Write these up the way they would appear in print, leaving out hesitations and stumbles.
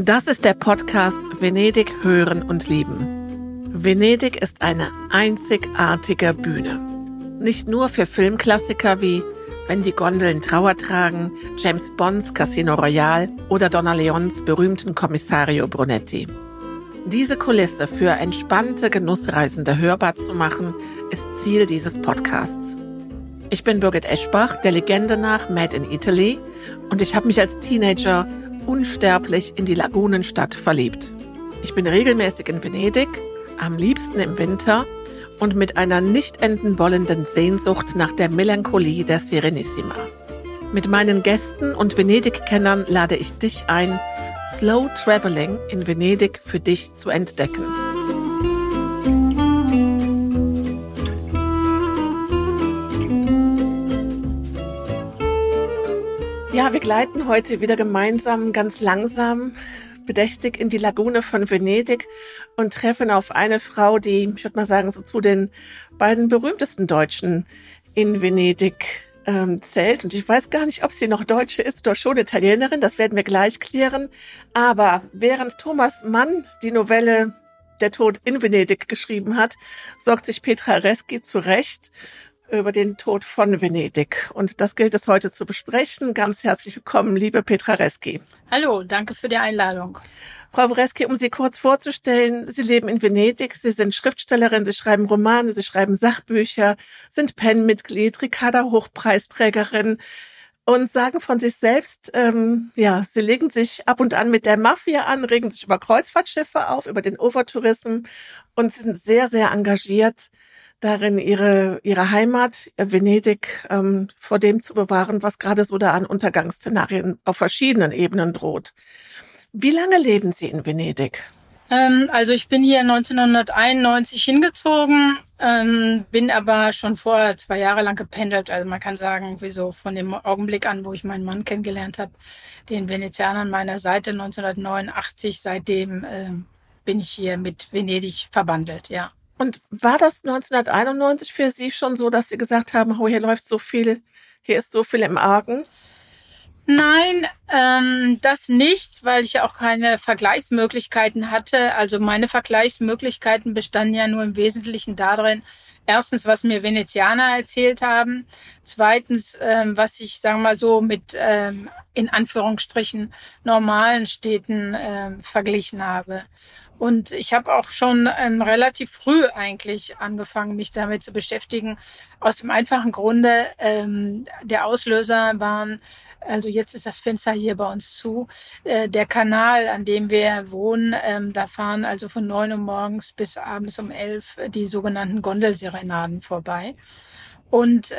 Das ist der Podcast Venedig hören und lieben. Venedig ist eine einzigartige Bühne. Nicht nur für Filmklassiker wie Wenn die Gondeln Trauer tragen, James Bonds Casino Royale oder Donna Leons berühmten Kommissario Brunetti. Diese Kulisse für entspannte Genussreisende hörbar zu machen, ist Ziel dieses Podcasts. Ich bin Birgit Eschbach, der Legende nach Made in Italy, und ich habe mich als Teenager unsterblich in die Lagunenstadt verliebt. Ich bin regelmäßig in Venedig, am liebsten im Winter und mit einer nicht enden wollenden Sehnsucht nach der Melancholie der Serenissima. Mit meinen Gästen und Venedig-Kennern lade ich dich ein, Slow Traveling in Venedig für dich zu entdecken. Ja, wir gleiten heute wieder gemeinsam ganz langsam, bedächtig in die Lagune von Venedig und treffen auf eine Frau, die, ich würde mal sagen, so zu den beiden berühmtesten Deutschen in Venedig zählt. Und ich weiß gar nicht, ob sie noch Deutsche ist oder schon Italienerin, das werden wir gleich klären. Aber während Thomas Mann die Novelle Der Tod in Venedig geschrieben hat, sorgt sich Petra Reski zu Recht über den Tod von Venedig. Und das gilt es heute zu besprechen. Ganz herzlich willkommen, liebe Petra Reski. Hallo, danke für die Einladung. Frau Reski, um Sie kurz vorzustellen, Sie leben in Venedig, Sie sind Schriftstellerin, Sie schreiben Romane, Sie schreiben Sachbücher, sind PEN-Mitglied, Ricarda-Hochpreisträgerin und sagen von sich selbst, Sie legen sich ab und an mit der Mafia an, regen sich über Kreuzfahrtschiffe auf, über den Overtourism und sind sehr, sehr engagiert darin, ihre Heimat, Venedig, vor dem zu bewahren, was gerade so da an Untergangsszenarien auf verschiedenen Ebenen droht. Wie lange leben Sie in Venedig? Also ich bin hier 1991 hingezogen, bin aber schon vorher 2 Jahre lang gependelt. Also man kann sagen, wieso von dem Augenblick an, wo ich meinen Mann kennengelernt habe, den Venezianern meiner Seite 1989, seitdem bin ich hier mit Venedig verbandelt, ja. Und war das 1991 für Sie schon so, dass Sie gesagt haben, oh, hier läuft so viel, hier ist so viel im Argen? Nein, das nicht, weil ich auch keine Vergleichsmöglichkeiten hatte. Also meine Vergleichsmöglichkeiten bestanden ja nur im Wesentlichen darin, erstens, was mir Venezianer erzählt haben, zweitens, was ich, sagen wir mal so, mit in Anführungsstrichen normalen Städten verglichen habe. Und ich habe auch schon relativ früh eigentlich angefangen, mich damit zu beschäftigen. Aus dem einfachen Grunde, der Auslöser waren, also jetzt ist das Fenster hier bei uns zu, der Kanal, an dem wir wohnen, da fahren also von 9 Uhr morgens bis abends um 11 die sogenannten Gondelserenaden vorbei. Und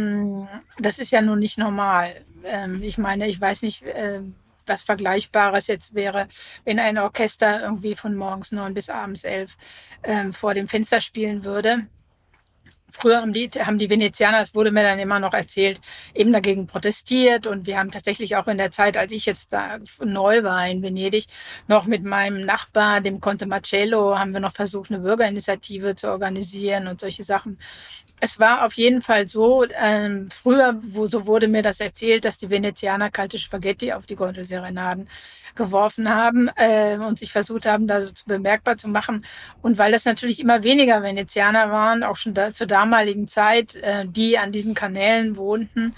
das ist ja nun nicht normal. Ich meine, ich weiß nicht, was Vergleichbares jetzt wäre, wenn ein Orchester irgendwie von morgens 9 bis abends 11 vor dem Fenster spielen würde. Früher haben die Venezianer, es wurde mir dann immer noch erzählt, eben dagegen protestiert. Und wir haben tatsächlich auch in der Zeit, als ich jetzt da neu war in Venedig, noch mit meinem Nachbar, dem Conte Marcello, haben wir noch versucht, eine Bürgerinitiative zu organisieren und solche Sachen. Es war auf jeden Fall so, früher, so wurde mir das erzählt, dass die Venezianer kalte Spaghetti auf die Gondelserenaden geworfen haben und sich versucht haben, da so bemerkbar zu machen. Und weil das natürlich immer weniger Venezianer waren, auch schon zur damaligen Zeit, die an diesen Kanälen wohnten,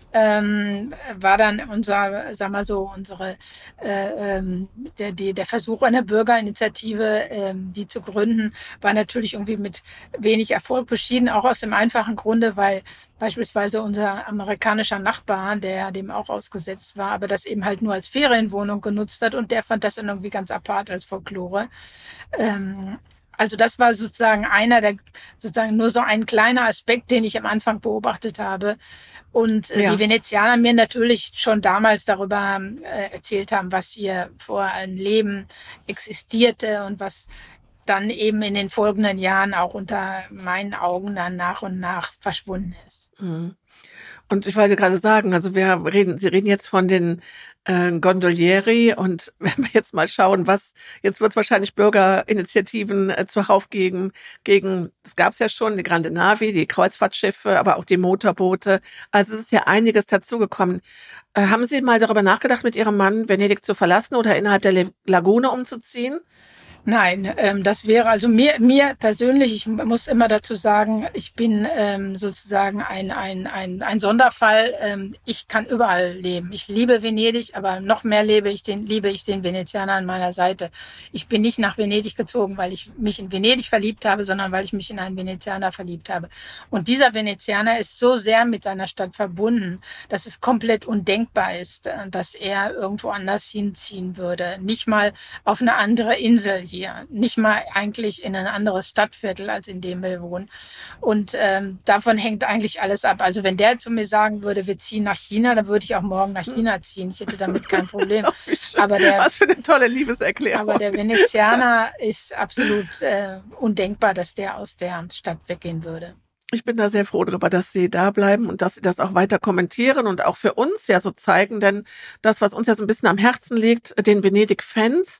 war dann der Versuch einer Bürgerinitiative, die zu gründen, war natürlich irgendwie mit wenig Erfolg beschieden, auch aus dem einfachen Grunde, weil beispielsweise unser amerikanischer Nachbar, der dem auch ausgesetzt war, aber das eben halt nur als Ferienwohnung genutzt hat und der fand das dann irgendwie ganz apart als Folklore. Also das war sozusagen nur so ein kleiner Aspekt, den ich am Anfang beobachtet habe. Und die Venezianer mir natürlich schon damals darüber erzählt haben, was hier vor ein Leben existierte und was dann eben in den folgenden Jahren auch unter meinen Augen dann nach und nach verschwunden ist. Mhm. Und ich wollte gerade sagen, also Sie reden jetzt von den Gondolieri, und wenn wir jetzt mal schauen, jetzt wird es wahrscheinlich Bürgerinitiativen zuhauf geben, das gab es ja schon, die Grande Navi, die Kreuzfahrtschiffe, aber auch die Motorboote. Also es ist ja einiges dazugekommen. Haben Sie mal darüber nachgedacht, mit Ihrem Mann Venedig zu verlassen oder innerhalb der Lagune umzuziehen? Nein, das wäre also mir persönlich, ich muss immer dazu sagen, ich bin sozusagen ein Sonderfall. Ich kann überall leben. Ich liebe Venedig, aber noch mehr liebe ich den Venezianer an meiner Seite. Ich bin nicht nach Venedig gezogen, weil ich mich in Venedig verliebt habe, sondern weil ich mich in einen Venezianer verliebt habe. Und dieser Venezianer ist so sehr mit seiner Stadt verbunden, dass es komplett undenkbar ist, dass er irgendwo anders hinziehen würde. Nicht mal auf eine andere Insel hier. Nicht mal eigentlich in ein anderes Stadtviertel, als in dem wir wohnen. Und davon hängt eigentlich alles ab. Also wenn der zu mir sagen würde, wir ziehen nach China, dann würde ich auch morgen nach China ziehen. Ich hätte damit kein Problem. Was für eine tolle Liebeserklärung. Aber der Venezianer ist absolut undenkbar, dass der aus der Stadt weggehen würde. Ich bin da sehr froh darüber, dass Sie da bleiben und dass Sie das auch weiter kommentieren und auch für uns ja so zeigen, denn das, was uns ja so ein bisschen am Herzen liegt, den Venedig-Fans,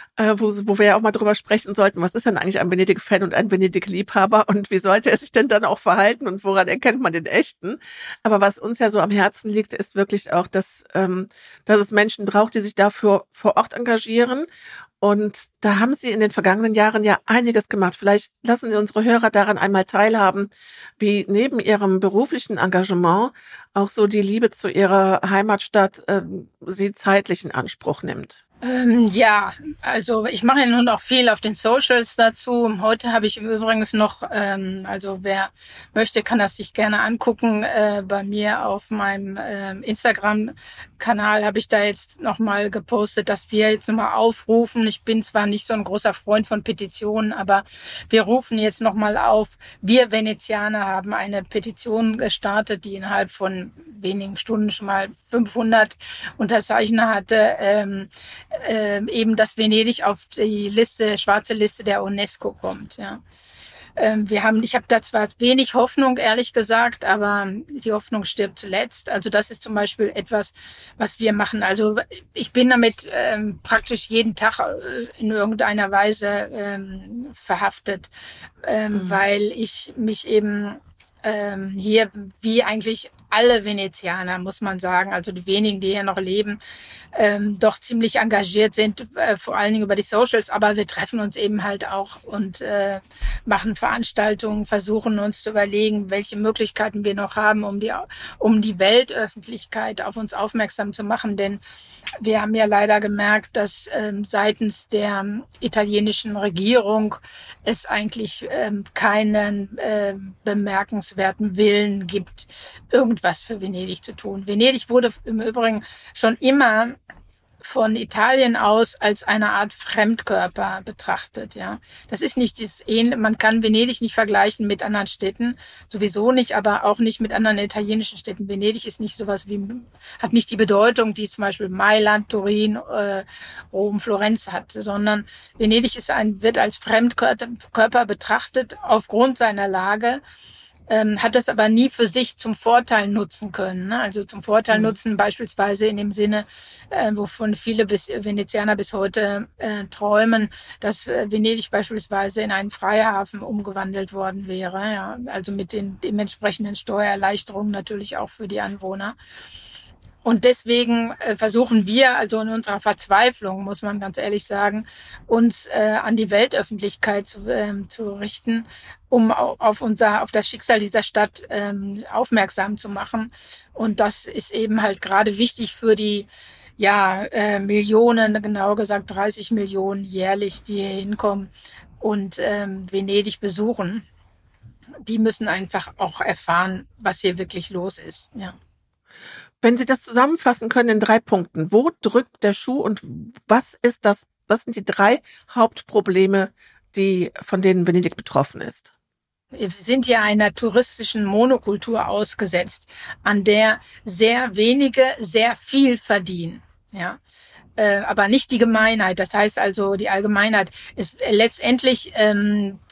wo wir ja auch mal drüber sprechen sollten, was ist denn eigentlich ein Venedig-Fan und ein Venedig-Liebhaber und wie sollte er sich denn dann auch verhalten und woran erkennt man den echten? Aber was uns ja so am Herzen liegt, ist wirklich auch, dass es Menschen braucht, die sich dafür vor Ort engagieren. Und da haben Sie in den vergangenen Jahren ja einiges gemacht. Vielleicht lassen Sie unsere Hörer daran einmal teilhaben, wie neben Ihrem beruflichen Engagement auch so die Liebe zu Ihrer Heimatstadt Sie zeitlich in Anspruch nimmt. Ja, also ich mache ja nun auch viel auf den Socials dazu. Heute habe ich im Übrigen noch, also wer möchte, kann das sich gerne angucken. Bei mir auf meinem Instagram-Kanal habe ich da jetzt nochmal gepostet, dass wir jetzt nochmal aufrufen. Ich bin zwar nicht so ein großer Freund von Petitionen, aber wir rufen jetzt nochmal auf. Wir Venezianer haben eine Petition gestartet, die innerhalb von wenigen Stunden schon mal 500 Unterzeichner hatte. Eben, dass Venedig auf die schwarze Liste der UNESCO kommt. Ja. Ich habe da zwar wenig Hoffnung, ehrlich gesagt, aber die Hoffnung stirbt zuletzt. Also das ist zum Beispiel etwas, was wir machen. Also ich bin damit praktisch jeden Tag in irgendeiner Weise verhaftet, weil ich mich eben hier, wie eigentlich alle Venezianer, muss man sagen, also die wenigen, die hier noch leben, doch ziemlich engagiert sind, vor allen Dingen über die Socials, aber wir treffen uns eben halt auch und machen Veranstaltungen, versuchen uns zu überlegen, welche Möglichkeiten wir noch haben, um die Weltöffentlichkeit auf uns aufmerksam zu machen, denn wir haben ja leider gemerkt, dass seitens der italienischen Regierung es eigentlich keinen bemerkenswerten Willen gibt, irgendwas für Venedig zu tun. Venedig wurde im Übrigen schon immer von Italien aus als eine Art Fremdkörper betrachtet, ja. Das ist nicht man kann Venedig nicht vergleichen mit anderen Städten, sowieso nicht, aber auch nicht mit anderen italienischen Städten. Venedig ist nicht hat nicht die Bedeutung, die zum Beispiel Mailand, Turin, Rom, Florenz hat, sondern Venedig wird als Fremdkörper betrachtet aufgrund seiner Lage. Hat das aber nie für sich zum Vorteil nutzen können. Ne? Also zum Vorteil nutzen beispielsweise in dem Sinne, wovon viele Venezianer bis heute träumen, dass Venedig beispielsweise in einen Freihafen umgewandelt worden wäre. Ja? Also mit den dementsprechenden Steuererleichterungen natürlich auch für die Anwohner. Und deswegen versuchen wir, also in unserer Verzweiflung, muss man ganz ehrlich sagen, uns an die Weltöffentlichkeit zu richten, um auf das Schicksal dieser Stadt aufmerksam zu machen. Und das ist eben halt gerade wichtig für die Millionen, genau gesagt 30 Millionen jährlich, die hier hinkommen und Venedig besuchen. Die müssen einfach auch erfahren, was hier wirklich los ist. Ja. Wenn Sie das zusammenfassen können in 3 Punkten, wo drückt der Schuh und was sind die 3 Hauptprobleme, von denen Venedig betroffen ist? Wir sind ja einer touristischen Monokultur ausgesetzt, an der sehr wenige sehr viel verdienen. Ja. Aber nicht die Gemeinheit. Das heißt also, die Allgemeinheit ist letztendlich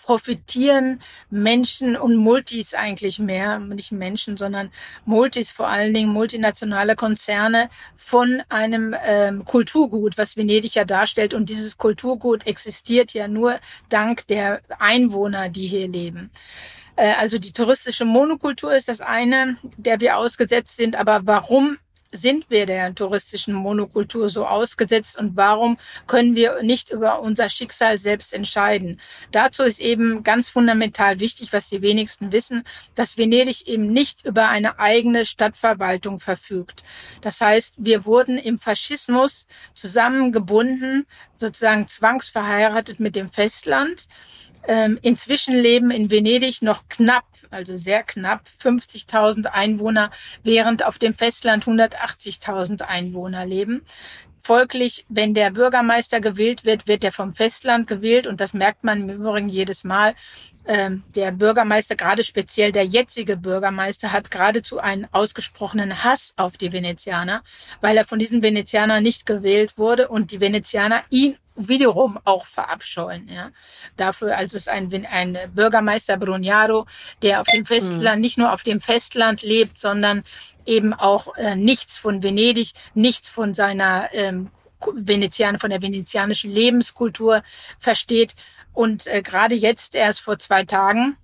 profitieren Menschen und Multis eigentlich mehr, nicht Menschen, sondern Multis, vor allen Dingen multinationale Konzerne von einem Kulturgut, was Venedig ja darstellt. Und dieses Kulturgut existiert ja nur dank der Einwohner, die hier leben. Also die touristische Monokultur ist das eine, der wir ausgesetzt sind. Aber warum sind wir der touristischen Monokultur so ausgesetzt und warum können wir nicht über unser Schicksal selbst entscheiden? Dazu ist eben ganz fundamental wichtig, was die wenigsten wissen, dass Venedig eben nicht über eine eigene Stadtverwaltung verfügt. Das heißt, wir wurden im Faschismus zusammengebunden, sozusagen zwangsverheiratet mit dem Festland. Inzwischen leben in Venedig noch knapp, also sehr knapp 50.000 Einwohner, während auf dem Festland 180.000 Einwohner leben. Folglich, wenn der Bürgermeister gewählt wird, wird er vom Festland gewählt und das merkt man im Übrigen jedes Mal. Der Bürgermeister, gerade speziell der jetzige Bürgermeister, hat geradezu einen ausgesprochenen Hass auf die Venezianer, weil er von diesen Venezianern nicht gewählt wurde und die Venezianer ihn wiederum auch verabscheuen. Ja. Dafür also ist ein Bürgermeister Brugnaro, der auf dem Festland, nicht nur auf dem Festland lebt, sondern eben auch nichts von Venedig, nichts von seiner von der venezianischen Lebenskultur versteht. Und gerade jetzt, erst vor 2 Tagen,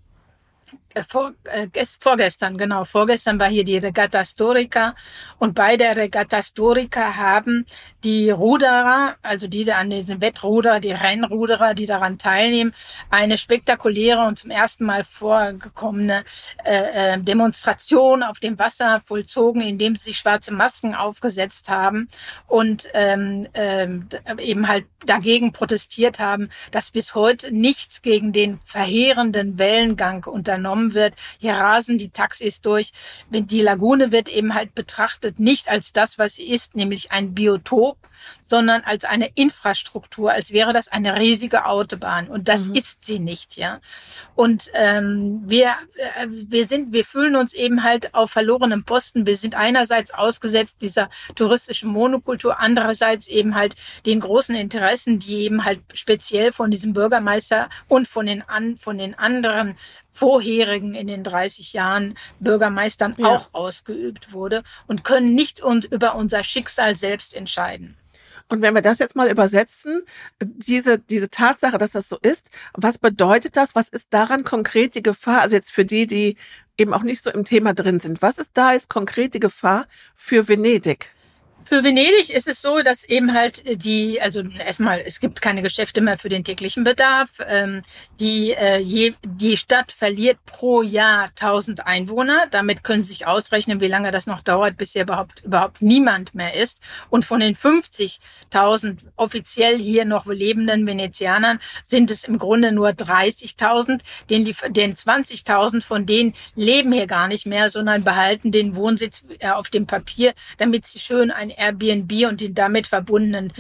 vorgestern war hier die Regatta Storica und bei der Regatta Storica haben die Ruderer, also die da an diesen Wettruderer, die Rennruderer, die daran teilnehmen, eine spektakuläre und zum ersten Mal vorgekommene Demonstration auf dem Wasser vollzogen, indem sie sich schwarze Masken aufgesetzt haben und eben halt dagegen protestiert haben, dass bis heute nichts gegen den verheerenden Wellengang unternommen wird. Hier rasen die Taxis durch. Die Lagune wird eben halt betrachtet nicht als das, was sie ist, nämlich ein Biotop, sondern als eine Infrastruktur, als wäre das eine riesige Autobahn. Und das ist sie nicht, ja. Und wir fühlen uns eben halt auf verlorenem Posten. Wir sind einerseits ausgesetzt dieser touristischen Monokultur, andererseits eben halt den großen Interessen, die eben halt speziell von diesem Bürgermeister und von den anderen vorherigen in den 30 Jahren Bürgermeistern auch ausgeübt wurde und können nicht über unser Schicksal selbst entscheiden. Und wenn wir das jetzt mal übersetzen, diese Tatsache, dass das so ist, was bedeutet das? Was ist daran konkret die Gefahr? Also jetzt für die eben auch nicht so im Thema drin sind. Was ist da jetzt konkret die Gefahr für Venedig? Für Venedig ist es so, dass eben halt also erstmal, es gibt keine Geschäfte mehr für den täglichen Bedarf. Die Stadt verliert pro Jahr 1000 Einwohner. Damit können Sie sich ausrechnen, wie lange das noch dauert, bis hier überhaupt niemand mehr ist. Und von den 50.000 offiziell hier noch lebenden Venezianern sind es im Grunde nur 30.000. Den 20.000 von denen leben hier gar nicht mehr, sondern behalten den Wohnsitz auf dem Papier, damit sie schön ein Airbnb und die damit verbundenen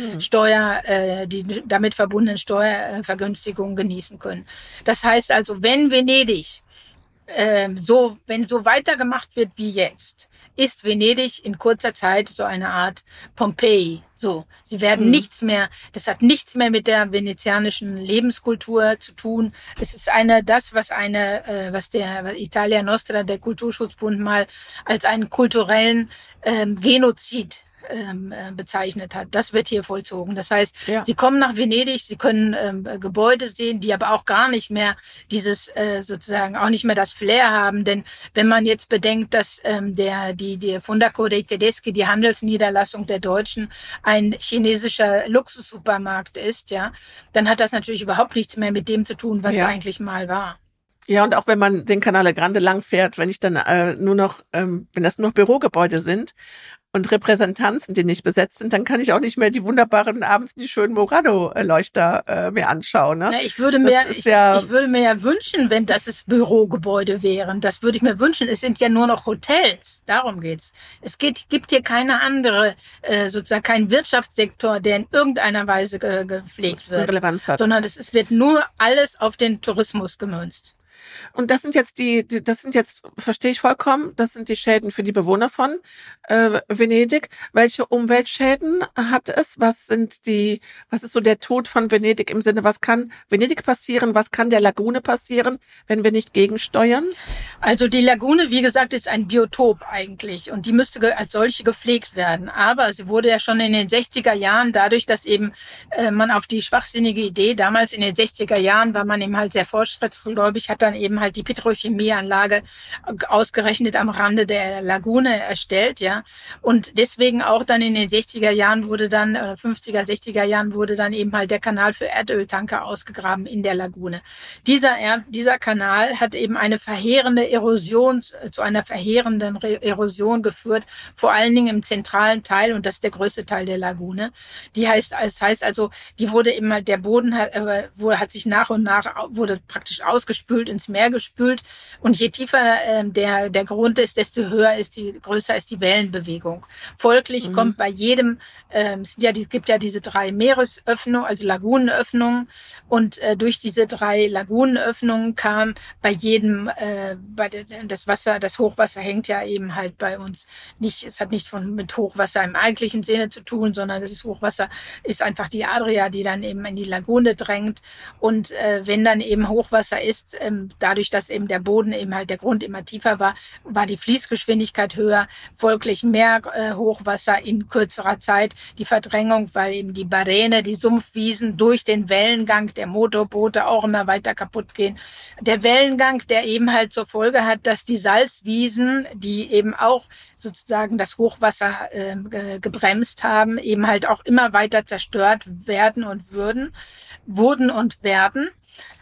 Steuervergünstigungen genießen können. Das heißt also, wenn Venedig wenn so weitergemacht wird wie jetzt, ist Venedig in kurzer Zeit so eine Art Pompeji. So, sie werden nichts mehr, das hat nichts mehr mit der venezianischen Lebenskultur zu tun. Es ist was der Italia Nostra, der Kulturschutzbund, mal als einen kulturellen Genozid bezeichnet hat. Das wird hier vollzogen. Das heißt, Sie kommen nach Venedig, Sie können Gebäude sehen, die aber auch gar nicht mehr sozusagen auch nicht mehr das Flair haben. Denn wenn man jetzt bedenkt, dass die Fondaco dei Tedeschi, die Handelsniederlassung der Deutschen, ein chinesischer Luxussupermarkt ist, ja, dann hat das natürlich überhaupt nichts mehr mit dem zu tun, was eigentlich mal war. Ja, und auch wenn man den Canale Grande lang fährt, wenn ich dann wenn das nur noch Bürogebäude sind und Repräsentanzen, die nicht besetzt sind, dann kann ich auch nicht mehr die wunderbaren abends die schönen Murano-Leuchter mir anschauen. Ne? Na, ich würde mir ja wünschen, wenn das es Bürogebäude wären. Das würde ich mir wünschen. Es sind ja nur noch Hotels. Darum geht's. Gibt hier keine andere, sozusagen keinen Wirtschaftssektor, der in irgendeiner Weise gepflegt wird. Relevanz hat. Sondern es wird nur alles auf den Tourismus gemünzt. Und das sind jetzt verstehe ich vollkommen, das sind die Schäden für die Bewohner von Venedig. Welche Umweltschäden hat es? Was ist so der Tod von Venedig im Sinne, was kann Venedig passieren? Was kann der Lagune passieren, wenn wir nicht gegensteuern? Also die Lagune, wie gesagt, ist ein Biotop eigentlich und die müsste als solche gepflegt werden. Aber sie wurde ja schon in den 60er Jahren, dadurch, dass eben man auf die schwachsinnige Idee, damals in den 60er Jahren war man eben halt sehr fortschrittsgläubig, hat dann eben halt die Petrochemieanlage ausgerechnet am Rande der Lagune erstellt, ja. Und deswegen auch dann in den 60er Jahren 50er, 60er Jahren wurde dann eben halt der Kanal für Erdöltanker ausgegraben in der Lagune. Dieser Kanal hat eben zu einer verheerenden Erosion geführt, vor allen Dingen im zentralen Teil, und das ist der größte Teil der Lagune. Die heißt also, die wurde eben halt, der Boden hat sich nach und nach, wurde praktisch ausgespült, ins Meer gespült, und je tiefer der Grund ist, desto größer ist die Wellenbewegung. Folglich kommt bei jedem, gibt ja diese 3 Meeresöffnungen, also Lagunenöffnungen, und durch diese 3 Lagunenöffnungen kam bei jedem, das Hochwasser hängt ja eben halt bei uns nicht, es hat nicht mit Hochwasser im eigentlichen Sinne zu tun, sondern das Hochwasser ist einfach die Adria, die dann eben in die Lagune drängt, und wenn dann eben Hochwasser ist, dadurch, dass eben der Boden eben halt, der Grund immer tiefer war die Fließgeschwindigkeit höher, folglich mehr Hochwasser in kürzerer Zeit, die Verdrängung, weil eben die Baräne, die Sumpfwiesen durch den Wellengang der Motorboote auch immer weiter kaputt gehen. Der Wellengang, der eben halt zur Folge hat, dass die Salzwiesen, die eben auch sozusagen das Hochwasser gebremst haben, eben halt auch immer weiter zerstört wurden und werden.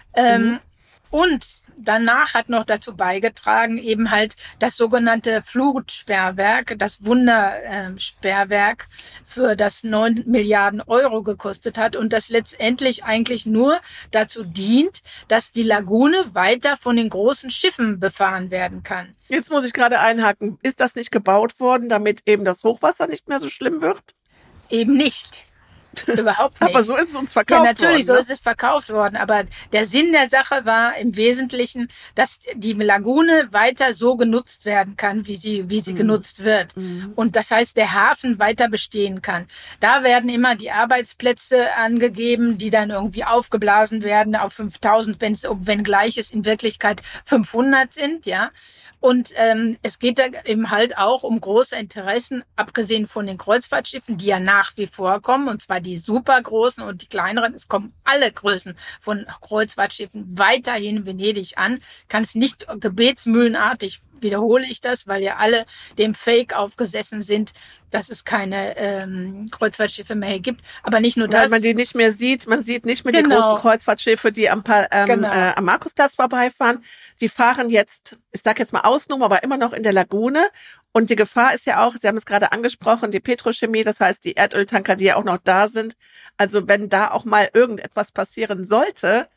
Und danach hat noch dazu beigetragen, eben halt das sogenannte Flutsperrwerk, das Wundersperrwerk, für das 9 Milliarden Euro gekostet hat und das letztendlich eigentlich nur dazu dient, dass die Lagune weiter von den großen Schiffen befahren werden kann. Jetzt muss ich gerade einhaken. Ist das nicht gebaut worden, damit eben das Hochwasser nicht mehr so schlimm wird? Eben nicht. Überhaupt nicht. Aber so ist es uns verkauft worden. Ja, natürlich, so ist es verkauft worden. Aber der Sinn der Sache war im Wesentlichen, dass die Lagune weiter so genutzt werden kann, wie sie genutzt wird. Und das heißt, der Hafen weiter bestehen kann. Da werden immer die Arbeitsplätze angegeben, die dann irgendwie aufgeblasen werden auf 5000, wenn gleich es in Wirklichkeit 500 sind, ja. Und es geht da eben halt auch um große Interessen, abgesehen von den Kreuzfahrtschiffen, die ja nach wie vor kommen, und zwar die supergroßen und die kleineren. Es kommen alle Größen von Kreuzfahrtschiffen weiterhin in Venedig an. Kann es nicht gebetsmühlenartig, wiederhole ich das, weil ja alle dem Fake aufgesessen sind, dass es keine Kreuzfahrtschiffe mehr gibt. Aber nicht nur das. Weil man die nicht mehr sieht. Man sieht nicht mehr die großen Kreuzfahrtschiffe, die am Markusplatz vorbeifahren. Die fahren jetzt, ich sage jetzt mal Ausnahme, aber immer noch in der Lagune. Und die Gefahr ist ja auch, Sie haben es gerade angesprochen, die Petrochemie, das heißt die Erdöltanker, die ja auch noch da sind. Also wenn da auch mal irgendetwas passieren sollte,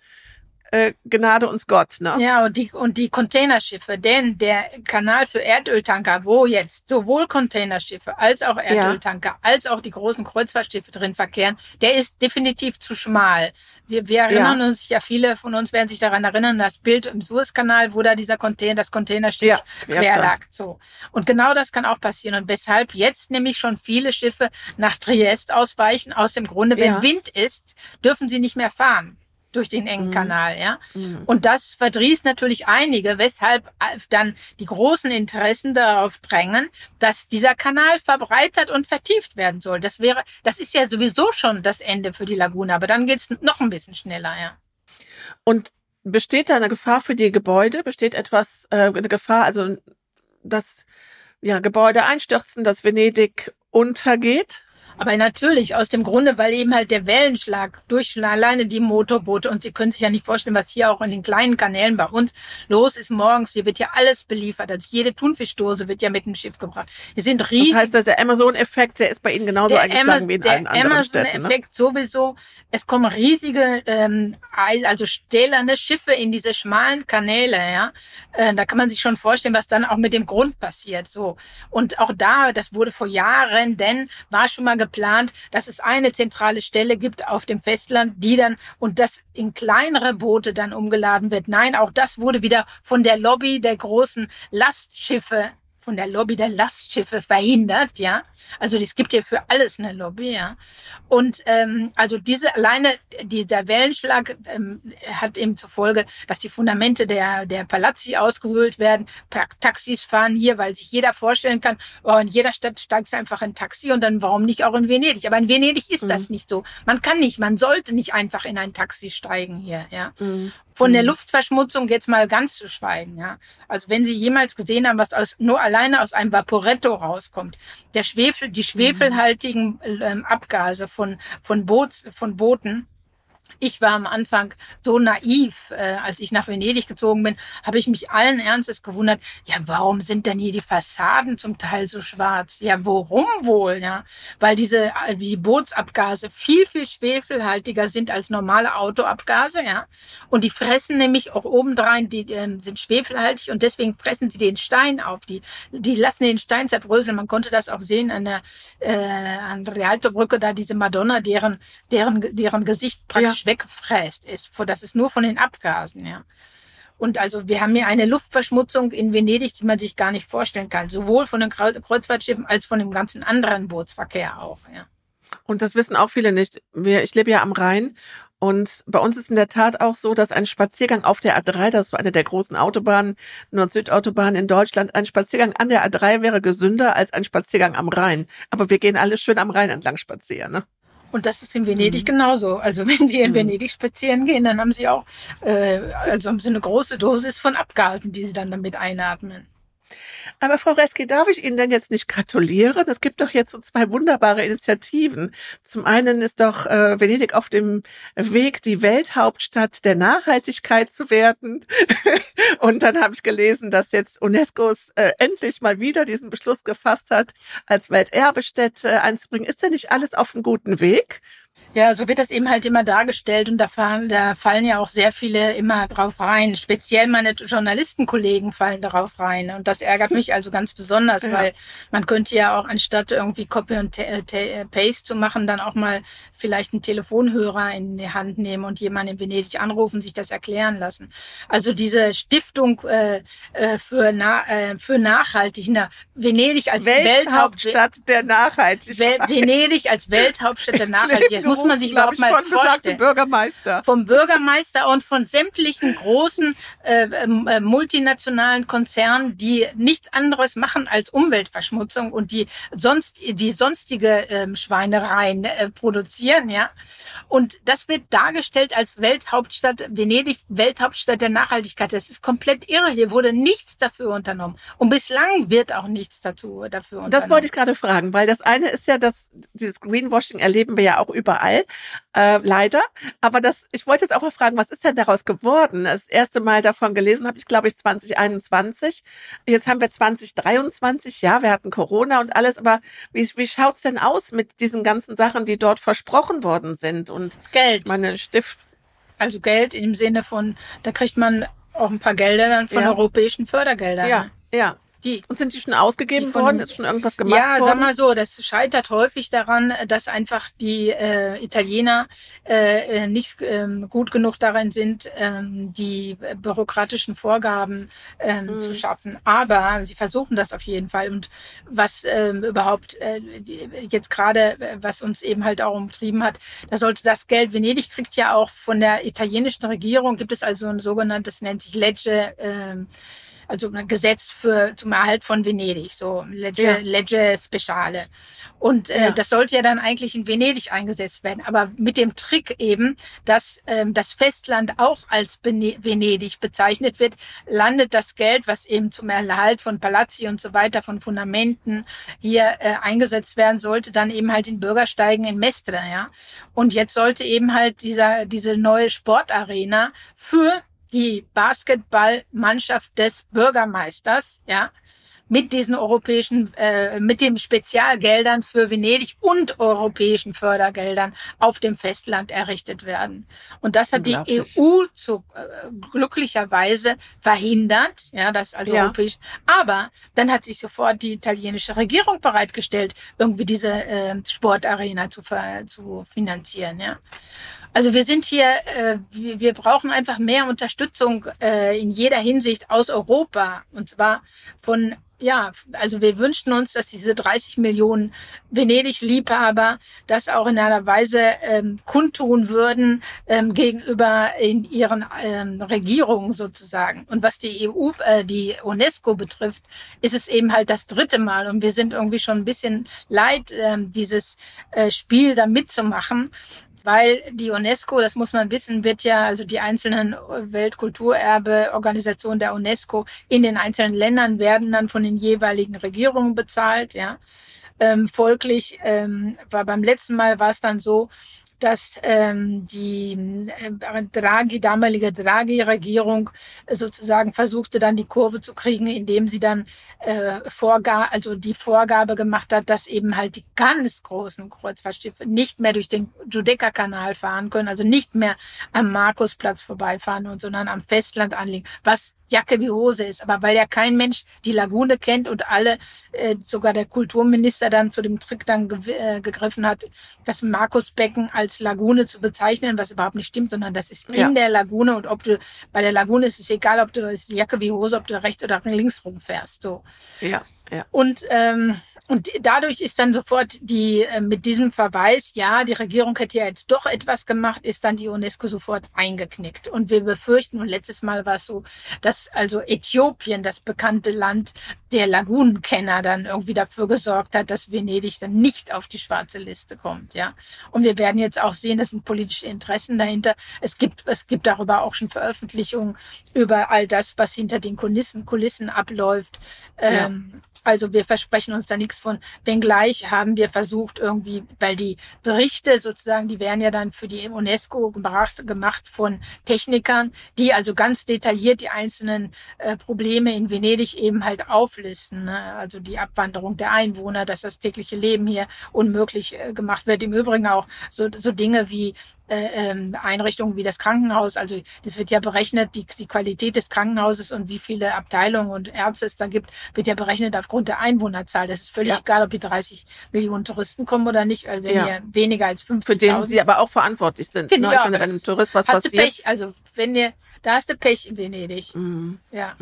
Gnade uns Gott, ne? Ja, und die Containerschiffe, denn der Kanal für Erdöltanker, wo jetzt sowohl Containerschiffe als auch Erdöltanker, als auch die großen Kreuzfahrtschiffe drin verkehren, der ist definitiv zu schmal. Wir erinnern uns, viele von uns werden sich daran erinnern, das Bild im Suezkanal, wo da das Containerschiff quer lag. So. Und genau das kann auch passieren. Und weshalb jetzt nämlich schon viele Schiffe nach Triest ausweichen, aus dem Grunde, wenn Wind ist, dürfen sie nicht mehr fahren durch den engen Kanal, ja. Und das verdrießt natürlich einige, weshalb dann die großen Interessen darauf drängen, dass dieser Kanal verbreitert und vertieft werden soll. Das ist ja sowieso schon das Ende für die Lagune, aber dann geht's noch ein bisschen schneller, ja. Und besteht da eine Gefahr für die Gebäude? Besteht eine Gefahr, also dass Gebäude einstürzen, dass Venedig untergeht? Aber natürlich, aus dem Grunde, weil eben halt der Wellenschlag durch alleine die Motorboote, und Sie können sich ja nicht vorstellen, was hier auch in den kleinen Kanälen bei uns los ist morgens. Hier wird ja alles beliefert. Also jede Thunfischdose wird ja mit dem Schiff gebracht. Wir sind riesig. Das heißt, dass der Amazon-Effekt, der ist bei Ihnen genauso eingeschlagen wie in allen anderen Städten. Der Amazon-Effekt sowieso. Es kommen riesige, also stählerne Schiffe in diese schmalen Kanäle, ja. Da kann man sich schon vorstellen, was dann auch mit dem Grund passiert, so. Und auch da, das wurde vor Jahren, war schon mal geplant, dass es eine zentrale Stelle gibt auf dem Festland, die dann und das in kleinere Boote dann umgeladen wird. Nein, auch das wurde wieder von der Lobby der großen Lastschiffe verhindert, ja. Also es gibt ja für alles eine Lobby, ja. Und also dieser Wellenschlag hat eben zur Folge, dass die Fundamente der Palazzi ausgehöhlt werden. Taxis fahren hier, weil sich jeder vorstellen kann, in jeder Stadt steigt einfach ein Taxi und dann warum nicht auch in Venedig? Aber in Venedig ist das nicht so. Man sollte nicht einfach in ein Taxi steigen hier, ja. Von der Luftverschmutzung jetzt mal ganz zu schweigen, ja. Also wenn Sie jemals gesehen haben, was nur alleine aus einem Vaporetto rauskommt, die schwefelhaltigen Abgase von Booten. Ich war am Anfang so naiv, als ich nach Venedig gezogen bin, habe ich mich allen Ernstes gewundert, ja, warum sind denn hier die Fassaden zum Teil so schwarz? Ja, warum wohl, ja? Weil die Bootsabgase viel, viel schwefelhaltiger sind als normale Autoabgase, ja? Und die fressen nämlich auch obendrein, die sind schwefelhaltig und deswegen fressen sie den Stein auf. Die lassen den Stein zerbröseln. Man konnte das auch sehen an der Rialtobrücke, da diese Madonna, deren Gesicht praktisch weggefräst ist. Das ist nur von den Abgasen, ja. Und also wir haben hier eine Luftverschmutzung in Venedig, die man sich gar nicht vorstellen kann. Sowohl von den Kreuzfahrtschiffen als von dem ganzen anderen Bootsverkehr auch, ja. Und das wissen auch viele nicht. Ich lebe ja am Rhein und bei uns ist in der Tat auch so, dass ein Spaziergang auf der A3, das ist so eine der großen Autobahnen, Nord-Süd-Autobahnen in Deutschland, ein Spaziergang an der A3 wäre gesünder als ein Spaziergang am Rhein. Aber wir gehen alle schön am Rhein entlang spazieren, ne? Und das ist in Venedig genauso. Also wenn Sie in Venedig spazieren gehen, dann haben Sie auch haben Sie eine große Dosis von Abgasen, die Sie dann damit einatmen. Aber Frau Reski, darf ich Ihnen denn jetzt nicht gratulieren? Es gibt doch jetzt so 2 wunderbare Initiativen. Zum einen ist doch Venedig auf dem Weg, die Welthauptstadt der Nachhaltigkeit zu werden. Und dann habe ich gelesen, dass jetzt UNESCO endlich mal wieder diesen Beschluss gefasst hat, als Welterbestätte einzubringen. Ist denn nicht alles auf einem guten Weg? Ja, so wird das eben halt immer dargestellt und da fallen ja auch sehr viele immer drauf rein. Speziell meine Journalistenkollegen fallen darauf rein und das ärgert mich also ganz besonders, weil man könnte ja auch anstatt irgendwie Copy und Paste zu machen, dann auch mal vielleicht einen Telefonhörer in die Hand nehmen und jemanden in Venedig anrufen, sich das erklären lassen. Also diese Stiftung für nachhaltig, Venedig als Welthauptstadt der Nachhaltigkeit. Venedig als Welthauptstadt der Nachhaltigkeit. Muss man sich überhaupt mal vorstellen. Vom Bürgermeister und von sämtlichen großen multinationalen Konzernen, die nichts anderes machen als Umweltverschmutzung und die sonstige Schweinereien produzieren, ja. Und das wird dargestellt als Welthauptstadt Venedig, Welthauptstadt der Nachhaltigkeit. Das ist komplett irre. Hier wurde nichts dafür unternommen. Und bislang wird auch nichts dafür unternommen. Das wollte ich gerade fragen, weil das eine ist ja, dieses Greenwashing erleben wir ja auch überall, leider. Aber ich wollte jetzt auch mal fragen, was ist denn daraus geworden? Das erste Mal davon gelesen habe ich, glaube ich, 2021. Jetzt haben wir 2023. Ja, wir hatten Corona und alles. Aber wie schaut's denn aus mit diesen ganzen Sachen, die dort versprochen worden sind? Und Geld. Also Geld im Sinne von, da kriegt man auch ein paar Gelder dann von europäischen Fördergeldern. Ja. Und sind die schon ausgegeben worden? Ist schon irgendwas gemacht worden? Ja, sag mal so, das scheitert häufig daran, dass einfach die Italiener nicht gut genug darin sind, die bürokratischen Vorgaben zu schaffen. Aber sie versuchen das auf jeden Fall. Und was überhaupt jetzt gerade, was uns eben halt auch umtrieben hat, da sollte das Geld, Venedig kriegt ja auch von der italienischen Regierung, gibt es also ein sogenanntes, nennt sich Legge, also ein Gesetz zum Erhalt von Venedig, so Legge Speciale. Und das sollte ja dann eigentlich in Venedig eingesetzt werden. Aber mit dem Trick eben, dass das Festland auch als Venedig bezeichnet wird, landet das Geld, was eben zum Erhalt von Palazzi und so weiter, von Fundamenten hier eingesetzt werden sollte, dann eben halt in Bürgersteigen in Mestre. Ja? Und jetzt sollte eben halt diese neue Sportarena für die Basketballmannschaft des Bürgermeisters, ja, mit diesen mit den Spezialgeldern für Venedig und europäischen Fördergeldern auf dem Festland errichtet werden. Und das hat die EU glücklicherweise verhindert, ja, das also europäisch. Aber dann hat sich sofort die italienische Regierung bereitgestellt, irgendwie diese Sportarena zu finanzieren, ja. Also wir sind hier, wir brauchen einfach mehr Unterstützung in jeder Hinsicht aus Europa. Und zwar also wir wünschten uns, dass diese 30 Millionen Venedig-Liebhaber das auch in einer Weise kundtun würden gegenüber in ihren Regierungen sozusagen. Und was die die UNESCO betrifft, ist es eben halt das 3. Mal. Und wir sind irgendwie schon ein bisschen leid, dieses Spiel da mitzumachen. Weil die UNESCO, das muss man wissen, wird ja, also die einzelnen Weltkulturerbe-Organisationen der UNESCO in den einzelnen Ländern werden dann von den jeweiligen Regierungen bezahlt, ja. Folglich beim letzten Mal war es dann so, dass die damalige Draghi-Regierung sozusagen versuchte dann die Kurve zu kriegen, indem sie dann die Vorgabe gemacht hat, dass eben halt die ganz großen Kreuzfahrtschiffe nicht mehr durch den Giudecca-Kanal fahren können, also nicht mehr am Markusplatz vorbeifahren sondern am Festland anliegen, was Jacke wie Hose ist. Aber weil ja kein Mensch die Lagune kennt und alle, sogar der Kulturminister dann zu dem Trick dann gegriffen hat, das Markusbecken als Lagune zu bezeichnen, was überhaupt nicht stimmt, sondern das ist in der Lagune. Und bei der Lagune ist es egal, ob du die Jacke wie Hose, ob du rechts oder links rumfährst. So. Ja. Und dadurch ist dann sofort mit diesem Verweis, ja, die Regierung hätte ja jetzt doch etwas gemacht, ist dann die UNESCO sofort eingeknickt. Und wir befürchten, und letztes Mal war es so, dass also Äthiopien, das bekannte Land der Lagunenkenner, dann irgendwie dafür gesorgt hat, dass Venedig dann nicht auf die schwarze Liste kommt, ja. Und wir werden jetzt auch sehen, das sind politische Interessen dahinter. Es gibt darüber auch schon Veröffentlichungen über all das, was hinter den Kulissen abläuft. Also wir versprechen uns da nichts von. Wenngleich haben wir versucht irgendwie, weil die Berichte sozusagen, die werden ja dann für die UNESCO gemacht von Technikern, die also ganz detailliert die einzelnen Probleme in Venedig eben halt auflisten. Ne? Also die Abwanderung der Einwohner, dass das tägliche Leben hier unmöglich gemacht wird. Im Übrigen auch so Dinge wie Einrichtungen wie das Krankenhaus. Also das wird ja berechnet, die Qualität des Krankenhauses und wie viele Abteilungen und Ärzte es da gibt, wird ja berechnet aufgrund der Einwohnerzahl. Das ist völlig egal, ob hier 30 Millionen Touristen kommen oder nicht, weil wenn hier weniger als 50.000... Für den sie aber auch verantwortlich sind. Genau, ne? Ich meine, wenn einem Tourist was hast passiert... Du Pech, also da hast du Pech in Venedig. Ja.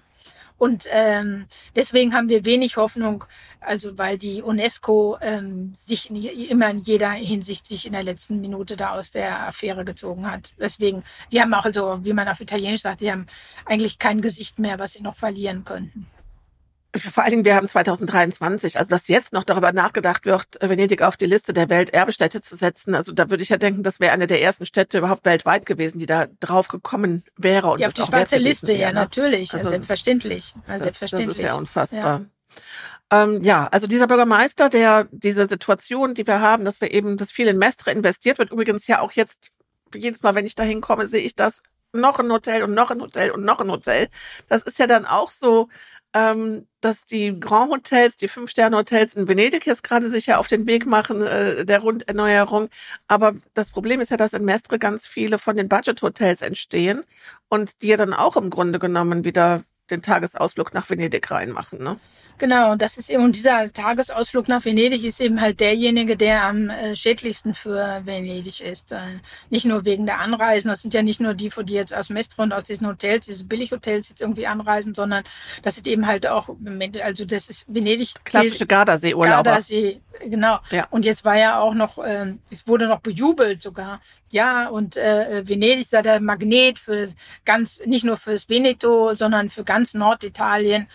Und deswegen haben wir wenig Hoffnung, also weil die UNESCO sich immer in jeder Hinsicht sich in der letzten Minute da aus der Affäre gezogen hat. Deswegen, die haben auch, also wie man auf Italienisch sagt, die haben eigentlich kein Gesicht mehr, was sie noch verlieren könnten. Vor allen Dingen, wir haben 2023, also dass jetzt noch darüber nachgedacht wird, Venedig auf die Liste der Welterbestätte zu setzen. Also da würde ich ja denken, das wäre eine der ersten Städte überhaupt weltweit gewesen, die da drauf gekommen wäre. Und die auf die schwarze Liste, wäre, ne? Natürlich, also, selbstverständlich. Das ist ja unfassbar. Ja. Also dieser Bürgermeister, der diese Situation, die wir haben, dass viel in Mestre investiert wird, übrigens ja auch jetzt, jedes Mal, wenn ich da hinkomme, sehe ich das, noch ein Hotel und noch ein Hotel und noch ein Hotel. Das ist ja dann auch so, dass die Grand Hotels, die 5-Sterne-Hotels in Venedig jetzt gerade sich ja auf den Weg machen der Runderneuerung. Aber das Problem ist ja, dass in Mestre ganz viele von den Budget-Hotels entstehen und die ja dann auch im Grunde genommen wieder den Tagesausflug nach Venedig reinmachen, ne? Genau, das ist eben, und dieser Tagesausflug nach Venedig ist eben halt derjenige, der am schädlichsten für Venedig ist. Nicht nur wegen der Anreisen, das sind ja nicht nur die jetzt aus Mestre und aus diesen Hotels, diese Billighotels jetzt irgendwie anreisen, sondern das sind eben halt auch, also das ist Venedig. Klassische Gardasee-Urlauber. Gardasee, genau. Ja. Und jetzt war ja auch noch, es wurde noch bejubelt sogar. Ja, und Venedig sei der Magnet für nicht nur fürs Veneto, sondern für ganz Norditalien.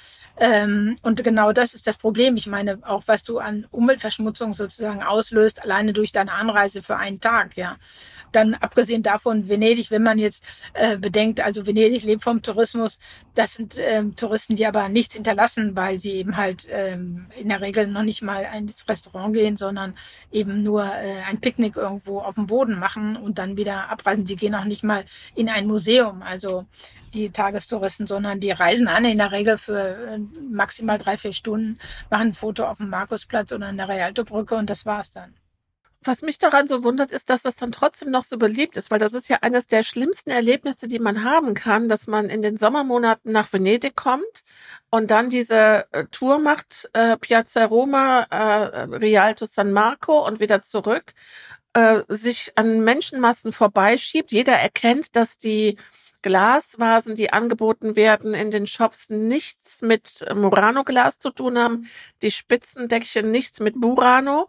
Und genau das ist das Problem. Ich meine, auch was du an Umweltverschmutzung sozusagen auslöst, alleine durch deine Anreise für einen Tag, ja. Dann abgesehen davon, Venedig, wenn man jetzt bedenkt, also Venedig lebt vom Tourismus, das sind Touristen, die aber nichts hinterlassen, weil sie eben halt in der Regel noch nicht mal ins Restaurant gehen, sondern eben nur ein Picknick irgendwo auf dem Boden machen und dann wieder abreisen. Sie gehen auch nicht mal in ein Museum. Also die Tagestouristen, sondern die reisen an in der Regel für maximal 3-4 Stunden, machen ein Foto auf dem Markusplatz oder an der Rialtobrücke und das war's dann. Was mich daran so wundert, ist, dass das dann trotzdem noch so beliebt ist, weil das ist ja eines der schlimmsten Erlebnisse, die man haben kann, dass man in den Sommermonaten nach Venedig kommt und dann diese Tour macht, Piazza Roma, Rialto San Marco und wieder zurück, sich an Menschenmassen vorbeischiebt. Jeder erkennt, dass die Glasvasen, die angeboten werden in den Shops, nichts mit Murano-Glas zu tun haben, die Spitzendeckchen nichts mit Burano.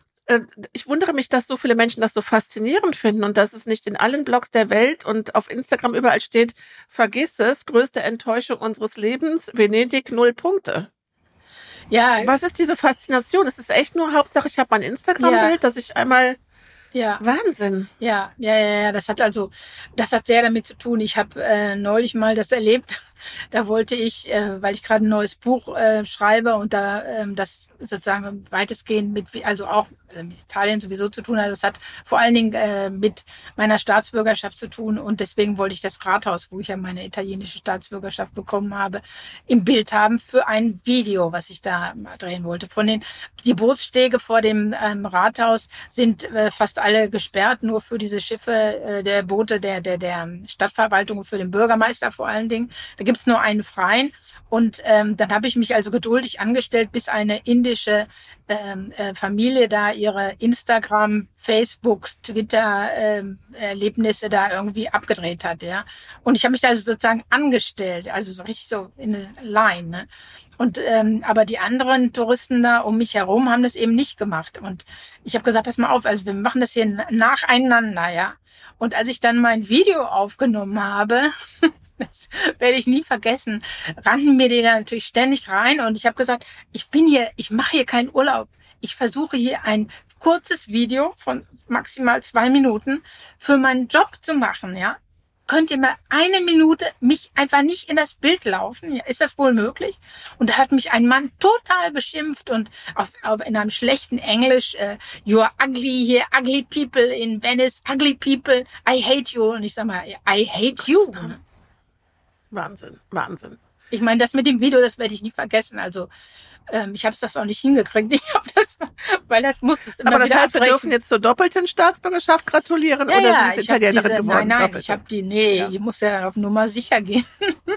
Ich wundere mich, dass so viele Menschen das so faszinierend finden und dass es nicht in allen Blogs der Welt und auf Instagram überall steht, vergiss es, größte Enttäuschung unseres Lebens, Venedig 0 Punkte. Ja. Was ist diese Faszination? Es ist echt nur Hauptsache, ich habe mein Instagram-Bild, dass ich einmal... Ja. Wahnsinn. Ja. Das hat sehr damit zu tun. Ich habe neulich mal das erlebt. Da wollte ich, weil ich gerade ein neues Buch schreibe und da das sozusagen weitestgehend also auch mit Italien sowieso zu tun hat. Das hat vor allen Dingen mit meiner Staatsbürgerschaft zu tun und deswegen wollte ich das Rathaus, wo ich ja meine italienische Staatsbürgerschaft bekommen habe, im Bild haben für ein Video, was ich da drehen wollte. Die Bootsstege vor dem Rathaus sind fast alle gesperrt, nur für diese Schiffe der Boote der Stadtverwaltung, für den Bürgermeister vor allen Dingen. Da gibt's nur einen freien. Und dann habe ich mich also geduldig angestellt, bis eine indische Familie da ihre Instagram, Facebook, Twitter Erlebnisse da irgendwie abgedreht hat, ja. Und ich habe mich da also sozusagen angestellt, also so richtig so in eine Line, ne? Und aber die anderen Touristen da um mich herum haben das eben nicht gemacht. Und ich habe gesagt, pass mal auf, also wir machen das hier nacheinander, ja. Und als ich dann mein Video aufgenommen habe, das werde ich nie vergessen, rannten mir die da natürlich ständig rein und ich habe gesagt, ich mache hier keinen Urlaub. Ich versuche hier ein kurzes Video von maximal 2 Minuten für meinen Job zu machen, ja. Könnt ihr mal 1 Minute mich einfach nicht in das Bild laufen? Ja, ist das wohl möglich? Und da hat mich ein Mann total beschimpft und in einem schlechten Englisch, you're ugly here, ugly people in Venice, ugly people, I hate you. Und ich sag mal, I hate you. Wahnsinn. Ich meine, das mit dem Video, das werde ich nie vergessen. Also ich habe das auch nicht hingekriegt. Weil das muss es immer wieder. Aber das heißt, wir dürfen jetzt zur doppelten Staatsbürgerschaft gratulieren oder sind Sie Italienerin geworden? Nein, ich habe ich muss ja auf Nummer sicher gehen.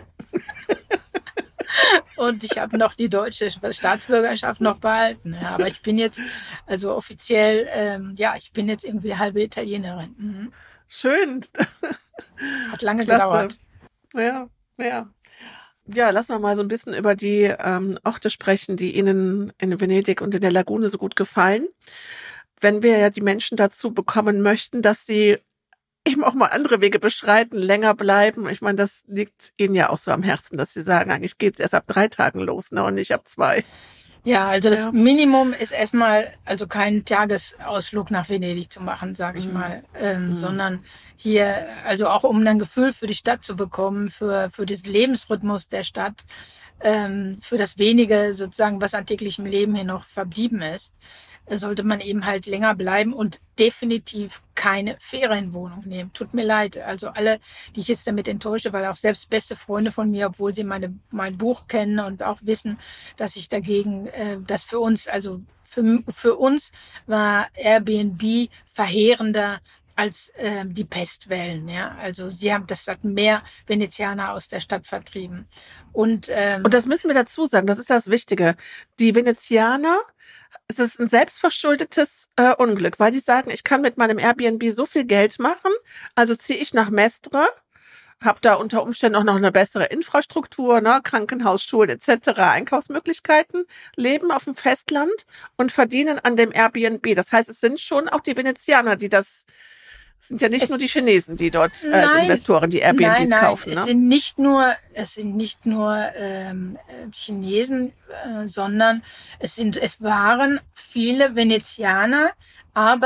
Und ich habe noch die deutsche Staatsbürgerschaft noch behalten. Ja, aber ich bin jetzt, also offiziell, ich bin jetzt irgendwie halbe Italienerin. Mhm. Schön. Hat lange gedauert. Ja. Ja, lassen wir mal so ein bisschen über die Orte sprechen, die Ihnen in Venedig und in der Lagune so gut gefallen. Wenn wir ja die Menschen dazu bekommen möchten, dass sie eben auch mal andere Wege beschreiten, länger bleiben. Ich meine, das liegt Ihnen ja auch so am Herzen, dass Sie sagen, eigentlich geht's erst ab 3 Tagen los, ne, und nicht ab 2. Ja, also das Minimum ist erstmal, also keinen Tagesausflug nach Venedig zu machen, sage ich mal, sondern hier, also auch um ein Gefühl für die Stadt zu bekommen, für diesen Lebensrhythmus der Stadt, für das wenige sozusagen, was an täglichem Leben hier noch verblieben ist, sollte man eben halt länger bleiben und definitiv keine Ferienwohnung nehmen. Tut mir leid. Also alle, die ich jetzt damit enttäusche, weil auch selbst beste Freunde von mir, obwohl sie mein Buch kennen und auch wissen, dass ich dagegen, dass für uns, also für uns war Airbnb verheerender als die Pestwellen, ja. Also das hat mehr Venezianer aus der Stadt vertrieben. Und das müssen wir dazu sagen, das ist das Wichtige. Die Venezianer, es ist ein selbstverschuldetes Unglück, weil die sagen, ich kann mit meinem Airbnb so viel Geld machen, also ziehe ich nach Mestre, habe da unter Umständen auch noch eine bessere Infrastruktur, ne, Krankenhaus, Schulen etc., Einkaufsmöglichkeiten, leben auf dem Festland und verdienen an dem Airbnb. Das heißt, es sind schon auch die Venezianer, die das sind ja nicht nur die Chinesen, die dort als Investoren die Airbnbs kaufen. Nein, ne? Es sind nicht nur Chinesen, sondern es waren viele Venezianer, aber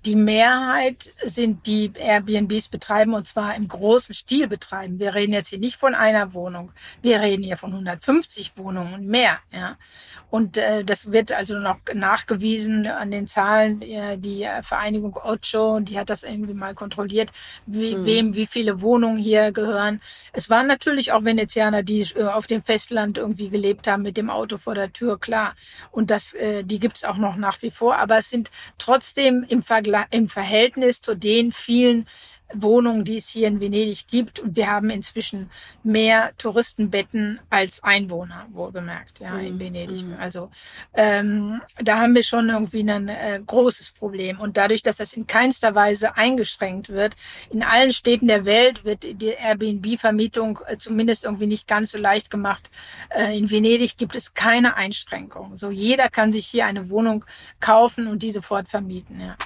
Die Mehrheit sind die Airbnbs betreiben und zwar im großen Stil betreiben. Wir reden jetzt hier nicht von einer Wohnung. Wir reden hier von 150 Wohnungen und mehr, ja. Und das wird also noch nachgewiesen an den Zahlen. Die Vereinigung Ocho, die hat das irgendwie mal kontrolliert, wem wie viele Wohnungen hier gehören. Es waren natürlich auch Venezianer, die auf dem Festland irgendwie gelebt haben mit dem Auto vor der Tür, klar. Und die gibt es auch noch nach wie vor. Aber es sind trotzdem im Verhältnis zu den vielen Wohnungen, die es hier in Venedig gibt. Und wir haben inzwischen mehr Touristenbetten als Einwohner, wohlgemerkt, ja, in Venedig. Also da haben wir schon irgendwie ein großes Problem. Und dadurch, dass das in keinster Weise eingeschränkt wird, in allen Städten der Welt wird die Airbnb-Vermietung zumindest irgendwie nicht ganz so leicht gemacht. In Venedig gibt es keine Einschränkung. So jeder kann sich hier eine Wohnung kaufen und die sofort vermieten, ja.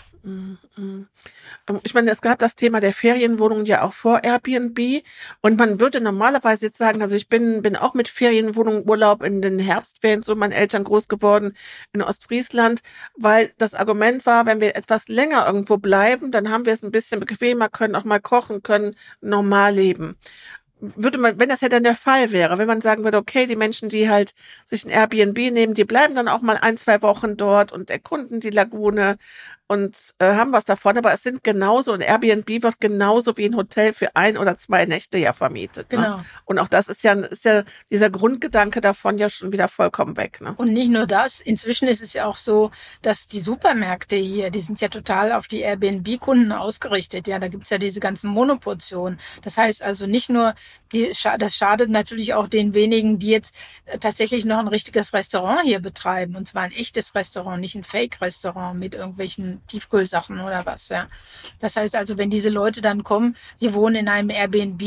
Ich meine, es gab das Thema der Ferienwohnungen ja auch vor Airbnb und man würde normalerweise jetzt sagen, also ich bin auch mit Ferienwohnungen Urlaub in den Herbstferien so meinen Eltern groß geworden in Ostfriesland, weil das Argument war, wenn wir etwas länger irgendwo bleiben, dann haben wir es ein bisschen bequemer, können auch mal kochen, können normal leben. Würde man, wenn das ja dann der Fall wäre, wenn man sagen würde, okay, die Menschen, die halt sich ein Airbnb nehmen, die bleiben dann auch mal 1-2 Wochen dort und erkunden die Lagune und haben was davon, aber es sind genauso, ein Airbnb wird genauso wie ein Hotel für 1 oder 2 Nächte ja vermietet. Genau. Ne? Und auch das ist ja dieser Grundgedanke davon ja schon wieder vollkommen weg. Ne? Und nicht nur das, inzwischen ist es ja auch so, dass die Supermärkte hier, die sind ja total auf die Airbnb-Kunden ausgerichtet. Ja, da gibt's ja diese ganzen Monoportionen. Das heißt also nicht nur, das schadet natürlich auch den wenigen, die jetzt tatsächlich noch ein richtiges Restaurant hier betreiben. Und zwar ein echtes Restaurant, nicht ein Fake-Restaurant mit irgendwelchen Tiefkühlsachen oder was, ja. Das heißt also, wenn diese Leute dann kommen, sie wohnen in einem Airbnb,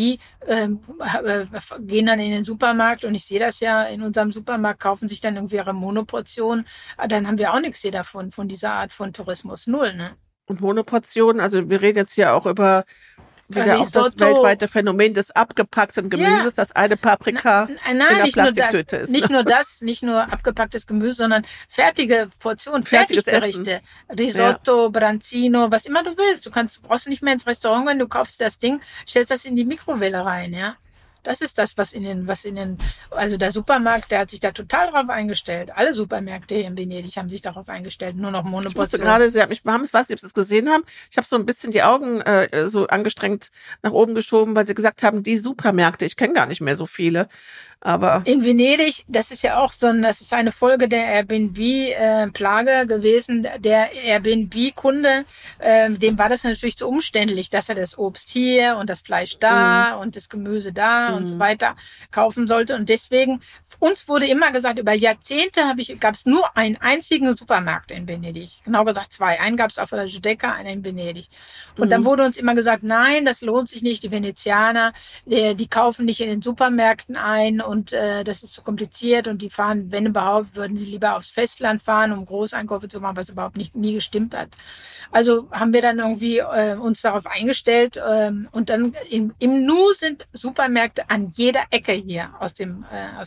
gehen dann in den Supermarkt und ich sehe das ja in unserem Supermarkt, kaufen sich dann irgendwie ihre Monoportion, dann haben wir auch nichts hier davon, von dieser Art von Tourismus, null, ne? Und Monoportionen, also wir reden jetzt hier auch über wieder auch das weltweite Phänomen des abgepackten Gemüses, das eine Paprika in der Plastiktüte ist. Nicht nur abgepacktes Gemüse, sondern fertige Portionen, Fertiggerichte. Risotto, Branzino, was immer du willst. Brauchst nicht mehr ins Restaurant gehen, du kaufst das Ding, stellst das in die Mikrowelle rein, ja. Das ist das, also der Supermarkt, der hat sich da total drauf eingestellt. Alle Supermärkte hier in Venedig haben sich darauf eingestellt, nur noch Monoportionen. Ich musste gerade, ich weiß nicht, ob Sie es gesehen haben. Ich habe so ein bisschen die Augen so angestrengt nach oben geschoben, weil Sie gesagt haben, die Supermärkte, ich kenne gar nicht mehr so viele. Aber in Venedig, das ist ja auch das ist eine Folge der Airbnb-Plage gewesen. Der Airbnb-Kunde, dem war das natürlich zu umständlich, dass er das Obst hier und das Fleisch da und das Gemüse da und so weiter kaufen sollte. Und deswegen, uns wurde immer gesagt, über Jahrzehnte gab es nur einen einzigen Supermarkt in Venedig. Genau gesagt 2. Einen gab es auf der Giudecca, einen in Venedig. Und dann wurde uns immer gesagt, nein, das lohnt sich nicht. Die Venezianer, die kaufen nicht in den Supermärkten ein. Und das ist zu kompliziert und die fahren, wenn überhaupt, würden sie lieber aufs Festland fahren, um Großeinkäufe zu machen, was überhaupt nie gestimmt hat. Also haben wir dann irgendwie uns darauf eingestellt und dann im Nu sind Supermärkte an jeder Ecke hier aus dem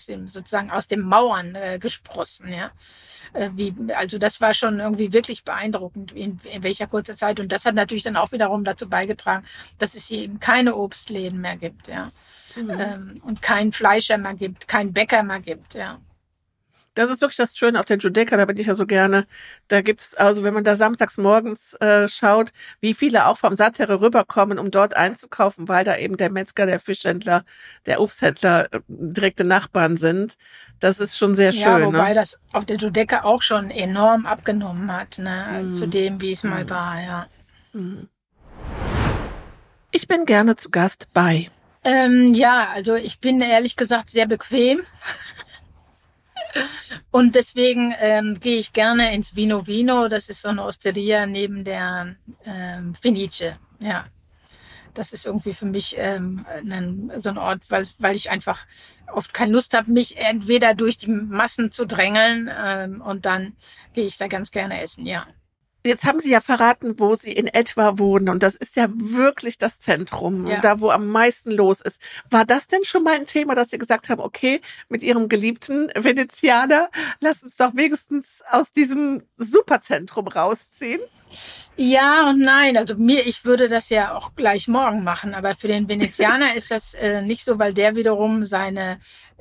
Mauern gesprossen, ja. Also das war schon irgendwie wirklich beeindruckend, in welcher kurzer Zeit. Und das hat natürlich dann auch wiederum dazu beigetragen, dass es hier eben keine Obstläden mehr gibt, ja. Und keinen Fleischer mehr gibt, keinen Bäcker mehr gibt, ja. Das ist wirklich das Schöne auf der Giudecca, da bin ich ja so gerne. Da gibt's, also wenn man da samstags morgens schaut, wie viele auch vom Sattere rüberkommen, um dort einzukaufen, weil da eben der Metzger, der Fischhändler, der Obsthändler direkte Nachbarn sind. Das ist schon sehr schön. Ja, wobei das auf der Giudecca auch schon enorm abgenommen hat, ne, zu dem, wie es mal war, ja. Ich bin gerne zu Gast bei. Ja, also ich bin ehrlich gesagt sehr bequem. Und deswegen gehe ich gerne ins Vino Vino. Das ist so eine Osteria neben der Fenice. Ja, das ist irgendwie für mich so ein Ort, weil ich einfach oft keine Lust habe, mich entweder durch die Massen zu drängeln und dann gehe ich da ganz gerne essen, ja. Jetzt haben Sie ja verraten, wo Sie in etwa wohnen. Und das ist ja wirklich das Zentrum, Ja. da wo am meisten los ist. War das denn schon mal ein Thema, dass Sie gesagt haben, okay, mit Ihrem geliebten Venezianer, lass uns doch wenigstens aus diesem Superzentrum rausziehen? Ja und nein. Also ich würde das ja auch gleich morgen machen, aber für den Venezianer ist das nicht so, weil der wiederum seine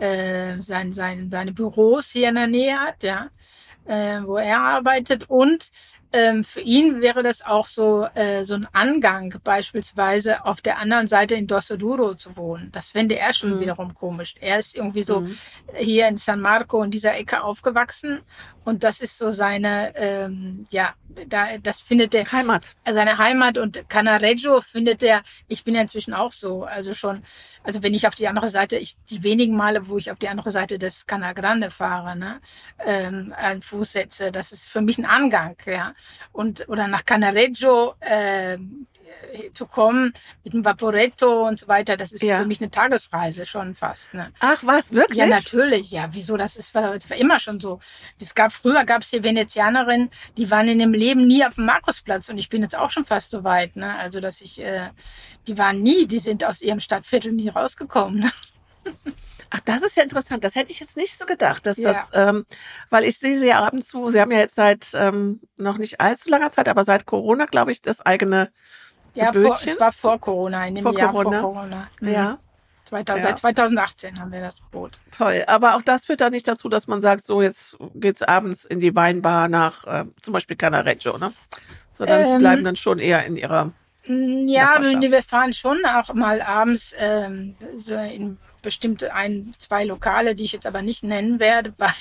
Büros hier in der Nähe hat, ja, wo er arbeitet. Und für ihn wäre das auch so ein Angang, beispielsweise auf der anderen Seite in Dossoduro zu wohnen. Das fände er schon wiederum komisch. Er ist irgendwie so hier in San Marco in dieser Ecke aufgewachsen und das ist so seine, das findet er Heimat. seine Heimat, und Cannaregio findet er, ich bin ja inzwischen auch so, also wenn ich auf die andere Seite, die wenigen Male, wo ich auf die andere Seite des Canal Grande fahre, ne, einen Fuß setze, das ist für mich ein Angang, ja. Oder nach Cannaregio zu kommen mit dem Vaporetto und so weiter, das ist für mich eine Tagesreise schon fast. Ne? Ach was, wirklich? Ja, natürlich. Ja, wieso? Das war immer schon so. Früher gab es hier Venezianerinnen, die waren in dem Leben nie auf dem Markusplatz, und ich bin jetzt auch schon fast so weit. Ne? Also, die sind aus ihrem Stadtviertel nie rausgekommen. Ne? Ach, das ist ja interessant. Das hätte ich jetzt nicht so gedacht, dass weil ich sehe sie ja ab und zu, Sie haben ja jetzt seit noch nicht allzu langer Zeit, aber seit Corona, glaube ich, das eigene Bötchen. Es war vor Corona, in dem Jahr vor Corona. Ja. Seit 2018 haben wir das Boot. Toll, aber auch das führt dann nicht dazu, dass man sagt, so jetzt geht's abends in die Weinbar nach zum Beispiel Cannaregio, ne? Sondern sie bleiben dann schon eher in ihrer wir fahren schon auch mal abends so in bestimmte 2 Lokale, die ich jetzt aber nicht nennen werde, weil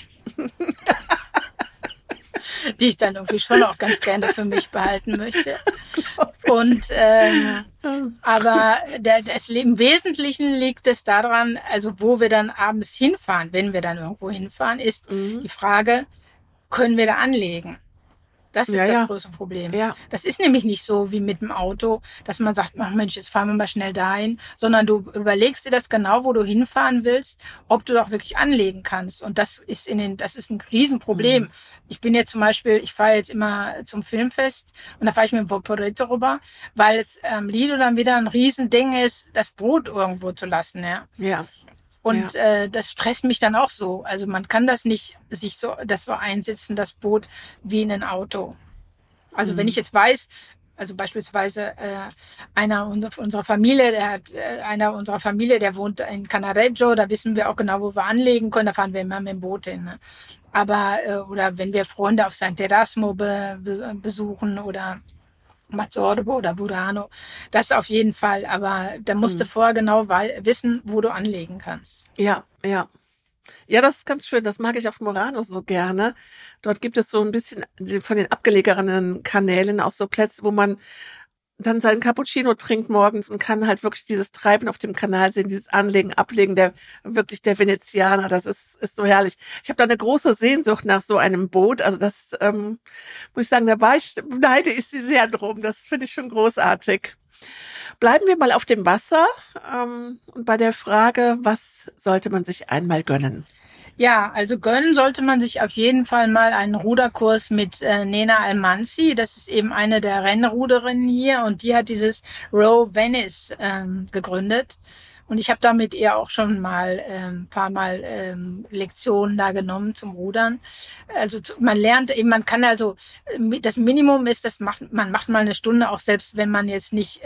die ich dann irgendwie schon auch ganz gerne für mich behalten möchte. Und aber im Wesentlichen liegt es daran, also wo wir dann abends hinfahren, wenn wir dann irgendwo hinfahren, ist die Frage, können wir da anlegen? Das ist das größte Problem. Ja. Das ist nämlich nicht so wie mit dem Auto, dass man sagt, ach Mensch, jetzt fahren wir mal schnell dahin, sondern du überlegst dir das genau, wo du hinfahren willst, ob du doch wirklich anlegen kannst. Und das ist ein Riesenproblem. Ich bin jetzt zum Beispiel, ich fahre jetzt immer zum Filmfest und da fahre ich mit dem Vaporetto rüber, weil es am Lido dann wieder ein Riesending ist, das Brot irgendwo zu lassen. Ja. Und das stresst mich dann auch so. Also man kann das nicht das so einsetzen, das Boot, wie in ein Auto. Also wenn ich jetzt weiß, also beispielsweise einer unserer Familie, der wohnt in Cannaregio, da wissen wir auch genau, wo wir anlegen können, da fahren wir immer mit dem Boot hin. Ne? Aber, oder wenn wir Freunde auf San Terrasmo besuchen oder Mazzorbo oder Burano, das auf jeden Fall, aber da musst du vorher genau wissen, wo du anlegen kannst. Ja. Ja, das ist ganz schön, das mag ich auf Murano so gerne. Dort gibt es so ein bisschen von den abgelegenen Kanälen auch so Plätze, wo man dann seinen Cappuccino trinkt morgens und kann halt wirklich dieses Treiben auf dem Kanal sehen, dieses Anlegen, Ablegen, der Venezianer, das ist so herrlich. Ich habe da eine große Sehnsucht nach so einem Boot, also das muss ich sagen, neide ich sie sehr drum, das finde ich schon großartig. Bleiben wir mal auf dem Wasser und bei der Frage, was sollte man sich einmal gönnen? Ja, also gönnen sollte man sich auf jeden Fall mal einen Ruderkurs mit Nena Almanzi. Das ist eben eine der Rennruderinnen hier und die hat dieses Row Venice gegründet. Und ich habe da mit ihr auch schon mal ein paar Mal Lektionen da genommen zum Rudern. Also man lernt eben, man kann also, das Minimum ist, man macht mal eine Stunde, auch selbst wenn man jetzt nicht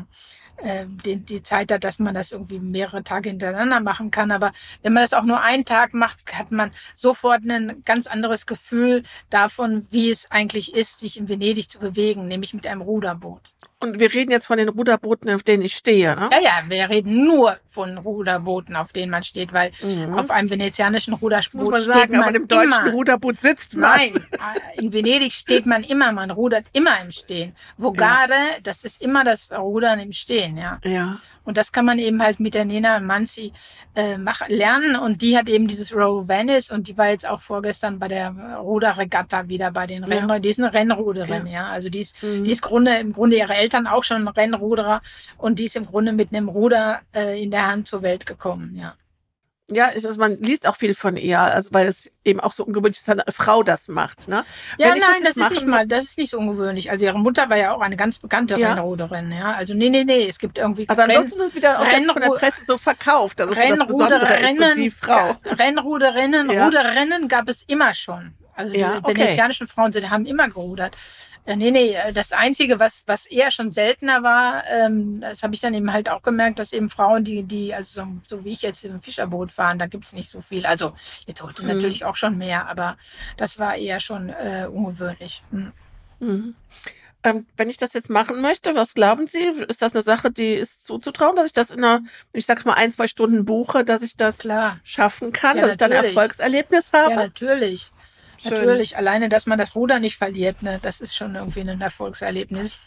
die Zeit hat, dass man das irgendwie mehrere Tage hintereinander machen kann. Aber wenn man das auch nur einen Tag macht, hat man sofort ein ganz anderes Gefühl davon, wie es eigentlich ist, sich in Venedig zu bewegen, nämlich mit einem Ruderboot. Und wir reden jetzt von den Ruderbooten, auf denen ich stehe, ne? Ja, wir reden nur von Ruderbooten, auf denen man steht, weil auf einem venezianischen Ruderboot muss man sagen, auf dem deutschen Ruderboot sitzt man. Nein, in Venedig steht man immer, man rudert immer im Stehen. Vogare, das ist immer das Rudern im Stehen, ja. Und das kann man eben halt mit der Nena Manzi lernen. Und die hat eben dieses Row Venice und die war jetzt auch vorgestern bei der Ruderregatta wieder bei den Rennrudern. Die ist eine Rennruderin, also die ist im Grunde ihre Eltern auch schon Rennruderer und die ist im Grunde mit einem Ruder in der Hand zur Welt gekommen, ja. Also man liest auch viel von ihr, also weil es eben auch so ungewöhnlich ist, dass eine Frau das macht, ne? Ja, nein, das ist nicht so ungewöhnlich. Also ihre Mutter war ja auch eine ganz bekannte Rennruderin, ja. Also nee, es gibt irgendwie aber dann wird das wieder von der Presse so verkauft, das ist so das Besondere ist, so die Frau. Rennruderinnen, Ruderrennen gab es immer schon. Also die venezianischen Frauen haben immer gerudert. Das Einzige, was eher schon seltener war, das habe ich dann eben halt auch gemerkt, dass eben Frauen, die also so wie ich jetzt im Fischerboot fahren, da gibt's nicht so viel. Also jetzt heute natürlich auch schon mehr, aber das war eher schon ungewöhnlich. Wenn ich das jetzt machen möchte, was glauben Sie? Ist das eine Sache, die ist zuzutrauen, dass ich das ich sag mal 1-2 Stunden buche, dass ich das schaffen kann, dass ich dann ein Erfolgserlebnis habe? Ja, natürlich. Schön. Natürlich, alleine, dass man das Ruder nicht verliert, ne, das ist schon irgendwie ein Erfolgserlebnis.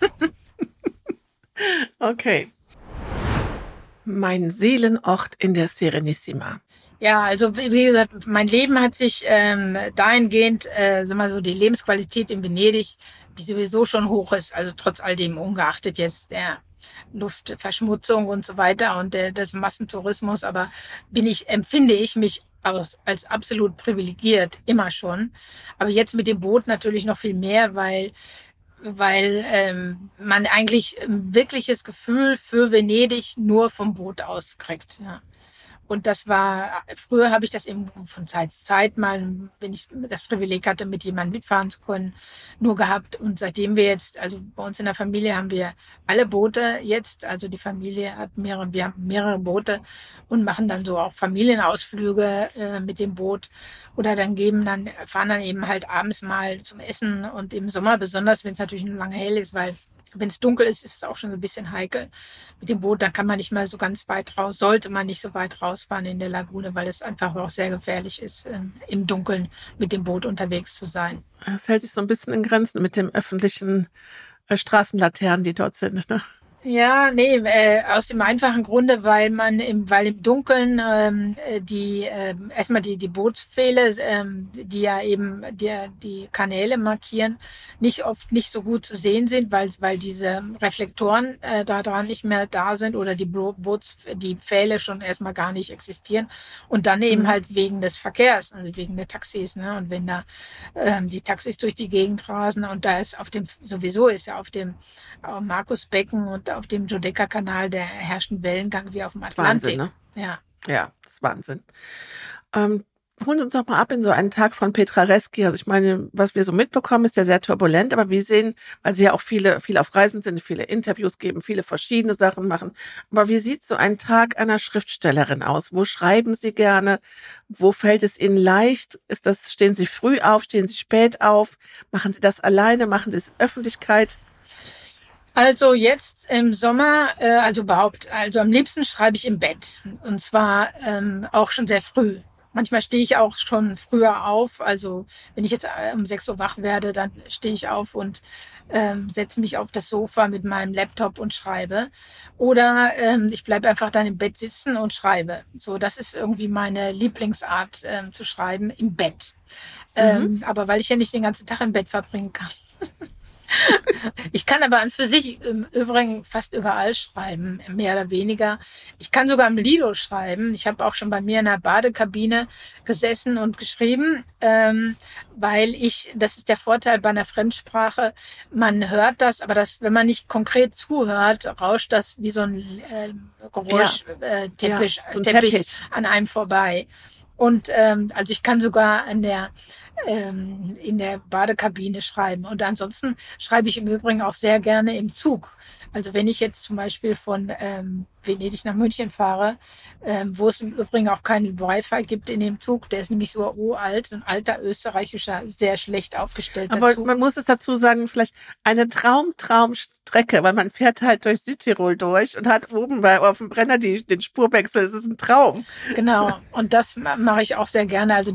Okay. Mein Seelenort in der Serenissima. Ja, also wie gesagt, mein Leben hat sich dahingehend, die Lebensqualität in Venedig, die sowieso schon hoch ist, also trotz all dem ungeachtet jetzt der Luftverschmutzung und so weiter und des Massentourismus, aber empfinde ich mich als absolut privilegiert, immer schon. Aber jetzt mit dem Boot natürlich noch viel mehr, weil man eigentlich ein wirkliches Gefühl für Venedig nur vom Boot aus kriegt. Ja. Und früher habe ich das eben von Zeit zu Zeit mal, wenn ich das Privileg hatte, mit jemandem mitfahren zu können, nur gehabt. Und seitdem wir jetzt, also bei uns in der Familie haben wir alle Boote jetzt, also die Familie wir haben mehrere Boote und machen dann so auch Familienausflüge mit dem Boot oder fahren dann eben halt abends mal zum Essen und im Sommer besonders, wenn es natürlich nur lange hell ist, weil wenn es dunkel ist, ist es auch schon so ein bisschen heikel mit dem Boot. Da kann man nicht mal so ganz weit raus, sollte man nicht so weit rausfahren in der Lagune, weil es einfach auch sehr gefährlich ist, im Dunkeln mit dem Boot unterwegs zu sein. Es hält sich so ein bisschen in Grenzen mit den öffentlichen Straßenlaternen, die dort sind, ne? Ja, aus dem einfachen Grunde, weil im Dunkeln erstmal die Bootspfähle, die ja eben die Kanäle markieren, oft nicht so gut zu sehen sind, weil diese Reflektoren da dran nicht mehr da sind oder die Pfähle schon erstmal gar nicht existieren und dann eben halt wegen des Verkehrs, also wegen der Taxis, ne? Und wenn da die Taxis durch die Gegend rasen und da ist auf dem Markusbecken und auf dem Giudecca-Kanal der herrscht ein Wellengang wie auf dem Atlantik. Wahnsinn, ne? Ja, das ist Wahnsinn. Holen Sie uns doch mal ab in so einen Tag von Petrareschi. Also ich meine, was wir so mitbekommen, ist ja sehr turbulent, aber wir sehen, weil Sie ja auch viel auf Reisen sind, viele Interviews geben, viele verschiedene Sachen machen. Aber wie sieht so ein Tag einer Schriftstellerin aus? Wo schreiben Sie gerne? Wo fällt es Ihnen leicht? Stehen Sie früh auf? Stehen Sie spät auf? Machen Sie das alleine? Machen Sie es Öffentlichkeit? Also jetzt im Sommer, also am liebsten schreibe ich im Bett. Und zwar auch schon sehr früh. Manchmal stehe ich auch schon früher auf. Also wenn ich jetzt um 6 Uhr wach werde, dann stehe ich auf und setze mich auf das Sofa mit meinem Laptop und schreibe. Oder ich bleibe einfach dann im Bett sitzen und schreibe. So, das ist irgendwie meine Lieblingsart zu schreiben, im Bett. Aber weil ich ja nicht den ganzen Tag im Bett verbringen kann. Ich kann aber an für sich im Übrigen fast überall schreiben, mehr oder weniger. Ich kann sogar im Lido schreiben. Ich habe auch schon bei mir in der Badekabine gesessen und geschrieben, weil das ist der Vorteil bei einer Fremdsprache, man hört das, aber wenn man nicht konkret zuhört, rauscht das wie so ein Geräuschteppich so ein Teppich an einem vorbei. Und also ich kann sogar in der Badekabine schreiben. Und ansonsten schreibe ich im Übrigen auch sehr gerne im Zug. Also wenn ich jetzt zum Beispiel von Venedig nach München fahre, wo es im Übrigen auch keinen Wi-Fi gibt in dem Zug, der ist nämlich so uralt, ein alter österreichischer, sehr schlecht aufgestellter Zug. Aber man muss es dazu sagen, vielleicht eine Traumstrecke, weil man fährt halt durch Südtirol durch und hat oben auf dem Brenner den Spurwechsel. Es ist ein Traum. Genau. Und das mache ich auch sehr gerne. Also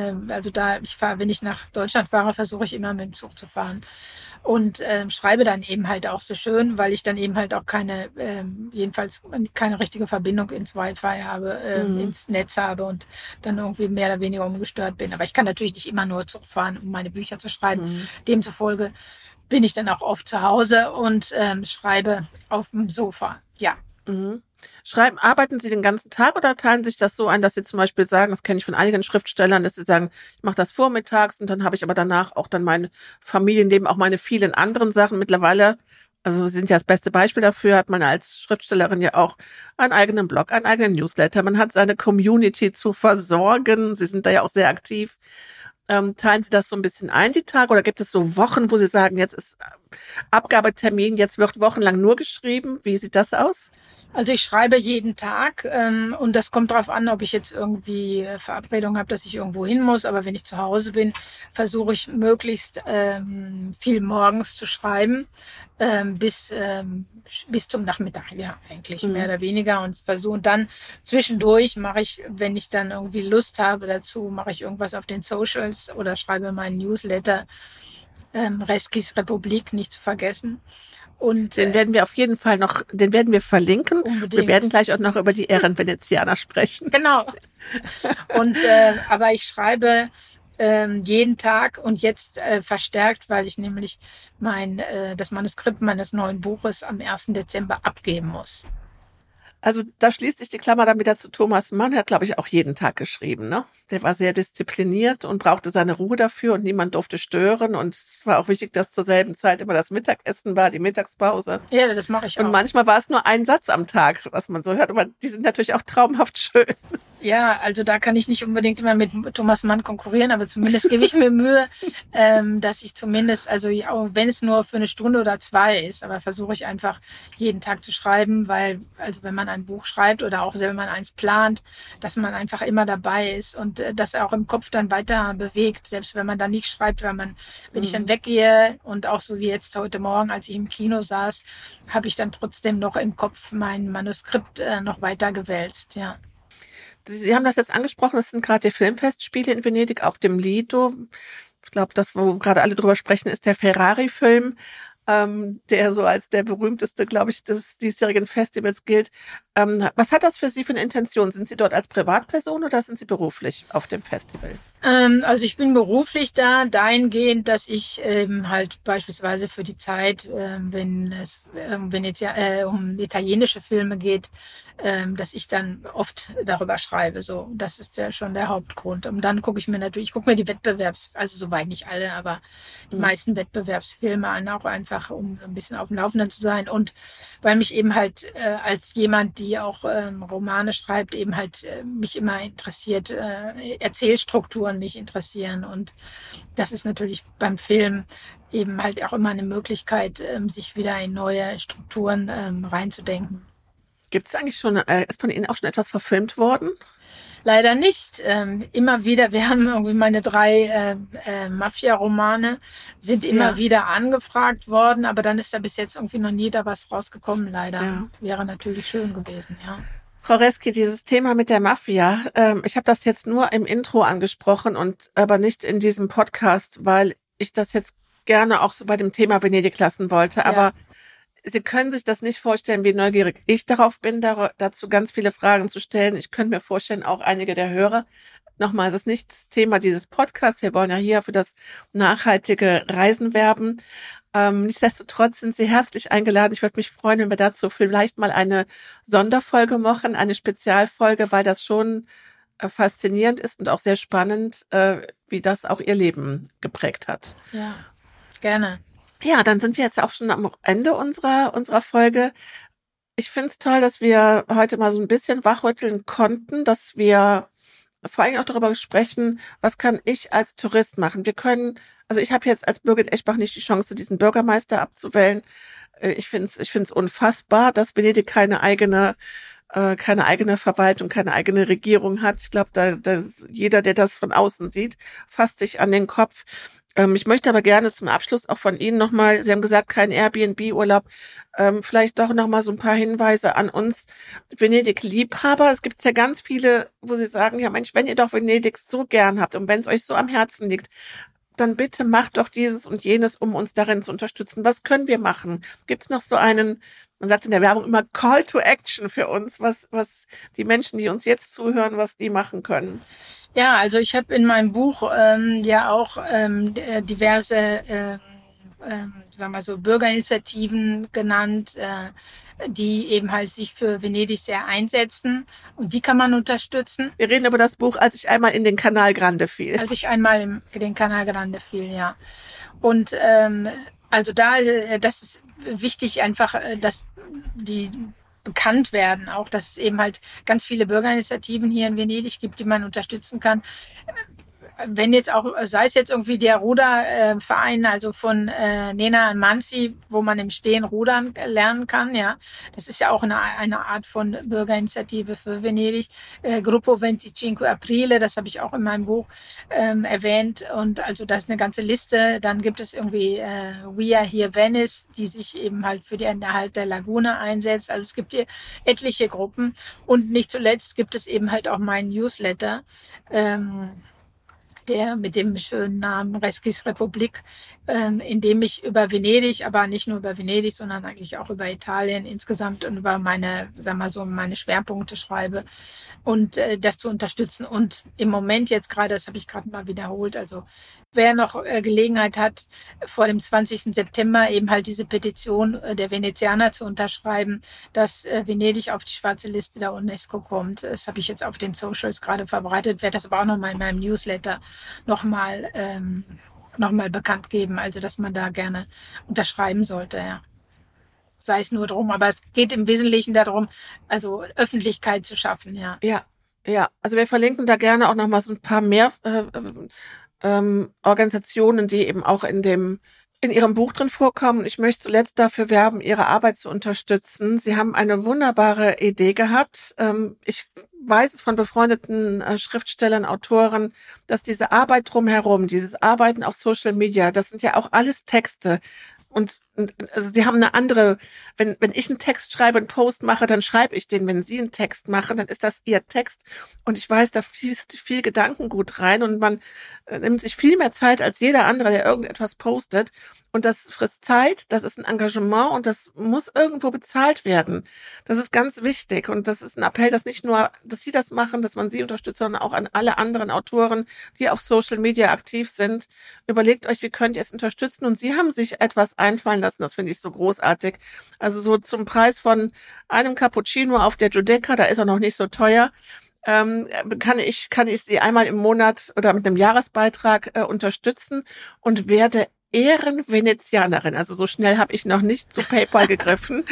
wenn ich nach Deutschland fahre, versuche ich immer mit dem Zug zu fahren. Und schreibe dann eben halt auch so schön, weil ich dann eben halt auch jedenfalls keine richtige Verbindung ins Wi-Fi habe, ins Netz habe und dann irgendwie mehr oder weniger umgestört bin. Aber ich kann natürlich nicht immer nur Zug fahren, um meine Bücher zu schreiben. Demzufolge bin ich dann auch oft zu Hause und schreibe auf dem Sofa. Ja. Arbeiten Sie den ganzen Tag oder teilen sich das so ein, dass Sie zum Beispiel sagen, das kenne ich von einigen Schriftstellern, dass sie sagen, ich mache das vormittags und dann habe ich aber danach auch dann mein Familienleben, auch meine vielen anderen Sachen mittlerweile. Also Sie sind ja das beste Beispiel dafür, hat man als Schriftstellerin ja auch einen eigenen Blog, einen eigenen Newsletter. Man hat seine Community zu versorgen. Sie sind da ja auch sehr aktiv. Teilen Sie das so ein bisschen ein, die Tage, oder gibt es so Wochen, wo Sie sagen, jetzt ist Abgabetermin, jetzt wird wochenlang nur geschrieben? Wie sieht das aus? Also ich schreibe jeden Tag und das kommt darauf an, ob ich jetzt irgendwie Verabredung habe, dass ich irgendwo hin muss. Aber wenn ich zu Hause bin, versuche ich möglichst viel morgens zu schreiben bis zum Nachmittag, ja eigentlich mehr oder weniger. Und versuche dann zwischendurch mache ich, wenn ich dann irgendwie Lust habe dazu, mache ich irgendwas auf den Socials oder schreibe meinen Newsletter. Reskis Republik nicht zu vergessen. Und den werden wir auf jeden Fall noch, den werden wir verlinken. Unbedingt. Wir werden gleich auch noch über die Ehrenvenezianer sprechen. Genau. Und aber ich schreibe jeden Tag und jetzt verstärkt, weil ich nämlich das Manuskript meines neuen Buches am 1. Dezember abgeben muss. Also da schließt sich die Klammer dann wieder zu Thomas Mann. Er hat, glaube ich, auch jeden Tag geschrieben, ne? Der war sehr diszipliniert und brauchte seine Ruhe dafür und niemand durfte stören. Und es war auch wichtig, dass zur selben Zeit immer das Mittagessen war, die Mittagspause. Ja, das mache ich auch. Und manchmal war es nur ein Satz am Tag, was man so hört. Aber die sind natürlich auch traumhaft schön. Ja, also da kann ich nicht unbedingt immer mit Thomas Mann konkurrieren, aber zumindest gebe ich mir Mühe, dass ich zumindest, also auch wenn es nur für eine Stunde oder 2 ist, aber versuche ich einfach jeden Tag zu schreiben, weil, also wenn man ein Buch schreibt oder auch wenn man eins plant, dass man einfach immer dabei ist und das auch im Kopf dann weiter bewegt, selbst wenn man dann nicht schreibt, wenn ich dann weggehe und auch so wie jetzt heute Morgen, als ich im Kino saß, habe ich dann trotzdem noch im Kopf mein Manuskript noch weiter gewälzt, ja. Sie haben das jetzt angesprochen, das sind gerade die Filmfestspiele in Venedig auf dem Lido. Ich glaube, das, wo gerade alle drüber sprechen, ist der Ferrari-Film, der so als der berühmteste, glaube ich, des diesjährigen Festivals gilt. Was hat das für Sie für eine Intention? Sind Sie dort als Privatperson oder sind Sie beruflich auf dem Festival? Also ich bin beruflich da, dahingehend, dass ich halt beispielsweise für die Zeit, wenn jetzt ja um italienische Filme geht, dass ich dann oft darüber schreibe. So, das ist ja schon der Hauptgrund. Und dann gucke ich mir die also soweit nicht alle, aber die meisten Wettbewerbsfilme an, auch einfach, um ein bisschen auf dem Laufenden zu sein. Und weil mich eben halt als jemand, die auch Romane schreibt, eben halt mich immer interessiert, Erzählstrukturen mich interessieren. Und das ist natürlich beim Film eben halt auch immer eine Möglichkeit, sich wieder in neue Strukturen reinzudenken. Gibt es eigentlich schon, ist von Ihnen auch schon etwas verfilmt worden? Leider nicht. Immer wieder, wir haben irgendwie meine 3 Mafia-Romane, sind immer wieder angefragt worden, aber dann ist da bis jetzt irgendwie noch nie da was rausgekommen, leider. Ja. Wäre natürlich schön gewesen, ja. Frau Reski, dieses Thema mit der Mafia, ich habe das jetzt nur im Intro angesprochen und aber nicht in diesem Podcast, weil ich das jetzt gerne auch so bei dem Thema Venedig lassen wollte, aber Sie können sich das nicht vorstellen, wie neugierig ich darauf bin, dazu ganz viele Fragen zu stellen. Ich könnte mir vorstellen, auch einige der Hörer. Nochmal, es ist nicht das Thema dieses Podcasts. Wir wollen ja hier für das nachhaltige Reisen werben. Nichtsdestotrotz sind Sie herzlich eingeladen. Ich würde mich freuen, wenn wir dazu vielleicht mal eine Sonderfolge machen, eine Spezialfolge, weil das schon faszinierend ist und auch sehr spannend, wie das auch Ihr Leben geprägt hat. Ja, gerne. Ja, dann sind wir jetzt auch schon am Ende unserer Folge. Ich finde es toll, dass wir heute mal so ein bisschen wachrütteln konnten, dass wir vor allem auch darüber sprechen, was kann ich als Tourist machen? Also ich habe jetzt als Birgit Eschbach nicht die Chance, diesen Bürgermeister abzuwählen. Ich find's unfassbar, dass Venedig keine eigene Verwaltung, keine eigene Regierung hat. Ich glaube, jeder, der das von außen sieht, fasst sich an den Kopf. Ich möchte aber gerne zum Abschluss auch von Ihnen nochmal, Sie haben gesagt, kein Airbnb-Urlaub, vielleicht doch nochmal so ein paar Hinweise an uns Venedig-Liebhaber. Es gibt ja ganz viele, wo Sie sagen, ja Mensch, wenn ihr doch Venedig so gern habt und wenn es euch so am Herzen liegt, dann bitte macht doch dieses und jenes, um uns darin zu unterstützen. Was können wir machen? Gibt es noch so einen, man sagt in der Werbung immer Call to Action für uns, was die Menschen, die uns jetzt zuhören, was die machen können? Ja, also ich habe in meinem Buch ja auch diverse sagen wir so, Bürgerinitiativen genannt, die eben halt sich für Venedig sehr einsetzen. Und die kann man unterstützen. Wir reden über das Buch, als ich einmal in den Canal Grande fiel. Als ich einmal in den Canal Grande fiel, ja. Und also das ist wichtig einfach, dass die bekannt werden, auch dass es eben halt ganz viele Bürgerinitiativen hier in Venedig gibt, die man unterstützen kann. Wenn jetzt auch, sei es jetzt irgendwie der Ruderverein, also von Nena Almanzi, wo man im Stehen rudern lernen kann, ja. Das ist ja auch eine Art von Bürgerinitiative für Venedig. Gruppo 25 Aprile, das habe ich auch in meinem Buch erwähnt. Und also das ist eine ganze Liste. Dann gibt es irgendwie We Are Here Venice, die sich eben halt für den Erhalt der Lagune einsetzt. Also es gibt hier etliche Gruppen. Und nicht zuletzt gibt es eben halt auch meinen Newsletter, der mit dem schönen Namen Reskis Republik, in dem ich über Venedig, aber nicht nur über Venedig, sondern eigentlich auch über Italien insgesamt und über meine Schwerpunkte schreibe und das zu unterstützen. Und im Moment jetzt gerade, das habe ich gerade mal wiederholt, also wer noch Gelegenheit hat, vor dem 20. September eben halt diese Petition der Venezianer zu unterschreiben, dass Venedig auf die schwarze Liste der UNESCO kommt. Das habe ich jetzt auf den Socials gerade verbreitet, werde das aber auch nochmal in meinem Newsletter nochmal bekannt geben, also dass man da gerne unterschreiben sollte, ja. Sei es nur drum, aber es geht im Wesentlichen darum, also Öffentlichkeit zu schaffen, ja. Ja, also wir verlinken da gerne auch nochmal so ein paar mehr Organisationen, die eben auch in Ihrem Buch drin vorkommen. Ich möchte zuletzt dafür werben, Ihre Arbeit zu unterstützen. Sie haben eine wunderbare Idee gehabt. Ich weiß es von befreundeten Schriftstellern, Autoren, dass diese Arbeit drumherum, dieses Arbeiten auf Social Media, das sind ja auch alles Texte. Und also sie haben eine andere, wenn ich einen Text schreibe, einen Post mache, dann schreibe ich den. Wenn Sie einen Text machen, dann ist das Ihr Text. Und ich weiß, da fließt viel Gedankengut rein und man nimmt sich viel mehr Zeit als jeder andere, der irgendetwas postet. Und das frisst Zeit, das ist ein Engagement und das muss irgendwo bezahlt werden. Das ist ganz wichtig. Und das ist ein Appell, dass nicht nur, dass Sie das machen, dass man Sie unterstützt, sondern auch an alle anderen Autoren, die auf Social Media aktiv sind. Überlegt euch, wie könnt ihr es unterstützen? Und Sie haben sich etwas einfallen lassen, das finde ich so großartig. Also so zum Preis von einem Cappuccino auf der Giudecca, da ist er noch nicht so teuer, kann ich Sie einmal im Monat oder mit einem Jahresbeitrag unterstützen und werde Ehrenvenezianerin. Also so schnell habe ich noch nicht zu PayPal gegriffen.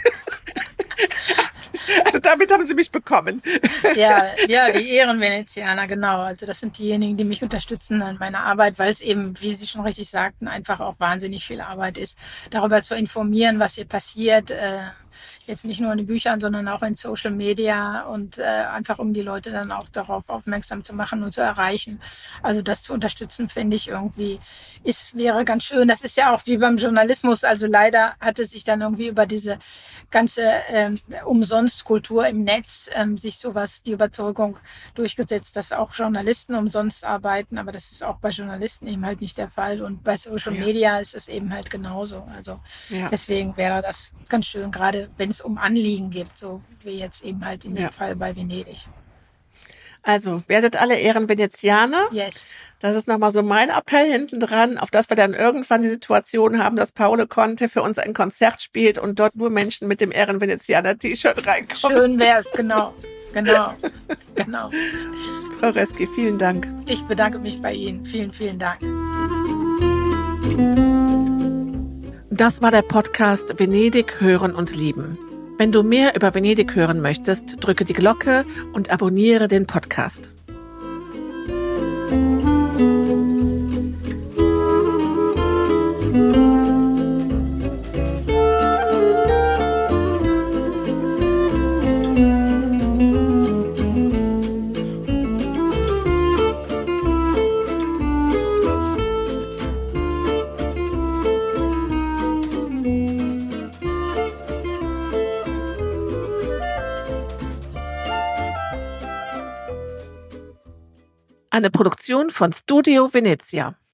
Also damit haben Sie mich bekommen. Ja, die Ehrenvenezianer, genau. Also das sind diejenigen, die mich unterstützen an meiner Arbeit, weil es eben, wie Sie schon richtig sagten, einfach auch wahnsinnig viel Arbeit ist, darüber zu informieren, was hier passiert. Jetzt nicht nur in den Büchern, sondern auch in Social Media und einfach um die Leute dann auch darauf aufmerksam zu machen und zu erreichen. Also das zu unterstützen, finde ich irgendwie, wäre ganz schön. Das ist ja auch wie beim Journalismus. Also leider hatte sich dann irgendwie über diese ganze Umsonstkultur im Netz sich die Überzeugung durchgesetzt, dass auch Journalisten umsonst arbeiten. Aber das ist auch bei Journalisten eben halt nicht der Fall. Und bei Social Media ist es eben halt genauso. Also deswegen wäre das ganz schön, gerade wenn es um Anliegen gibt, so wie jetzt eben halt in dem Fall bei Venedig. Also werdet alle Ehrenvenezianer. Yes. Das ist nochmal so mein Appell hinten dran, auf dass wir dann irgendwann die Situation haben, dass Paolo Conte für uns ein Konzert spielt und dort nur Menschen mit dem Ehrenvenezianer-T-Shirt reinkommen. Schön wär's, genau. Frau Reski, vielen Dank. Ich bedanke mich bei Ihnen. Vielen, vielen Dank. Das war der Podcast Venedig hören und lieben. Wenn du mehr über Venedig hören möchtest, drücke die Glocke und abonniere den Podcast. Eine Produktion von Studio Venezia.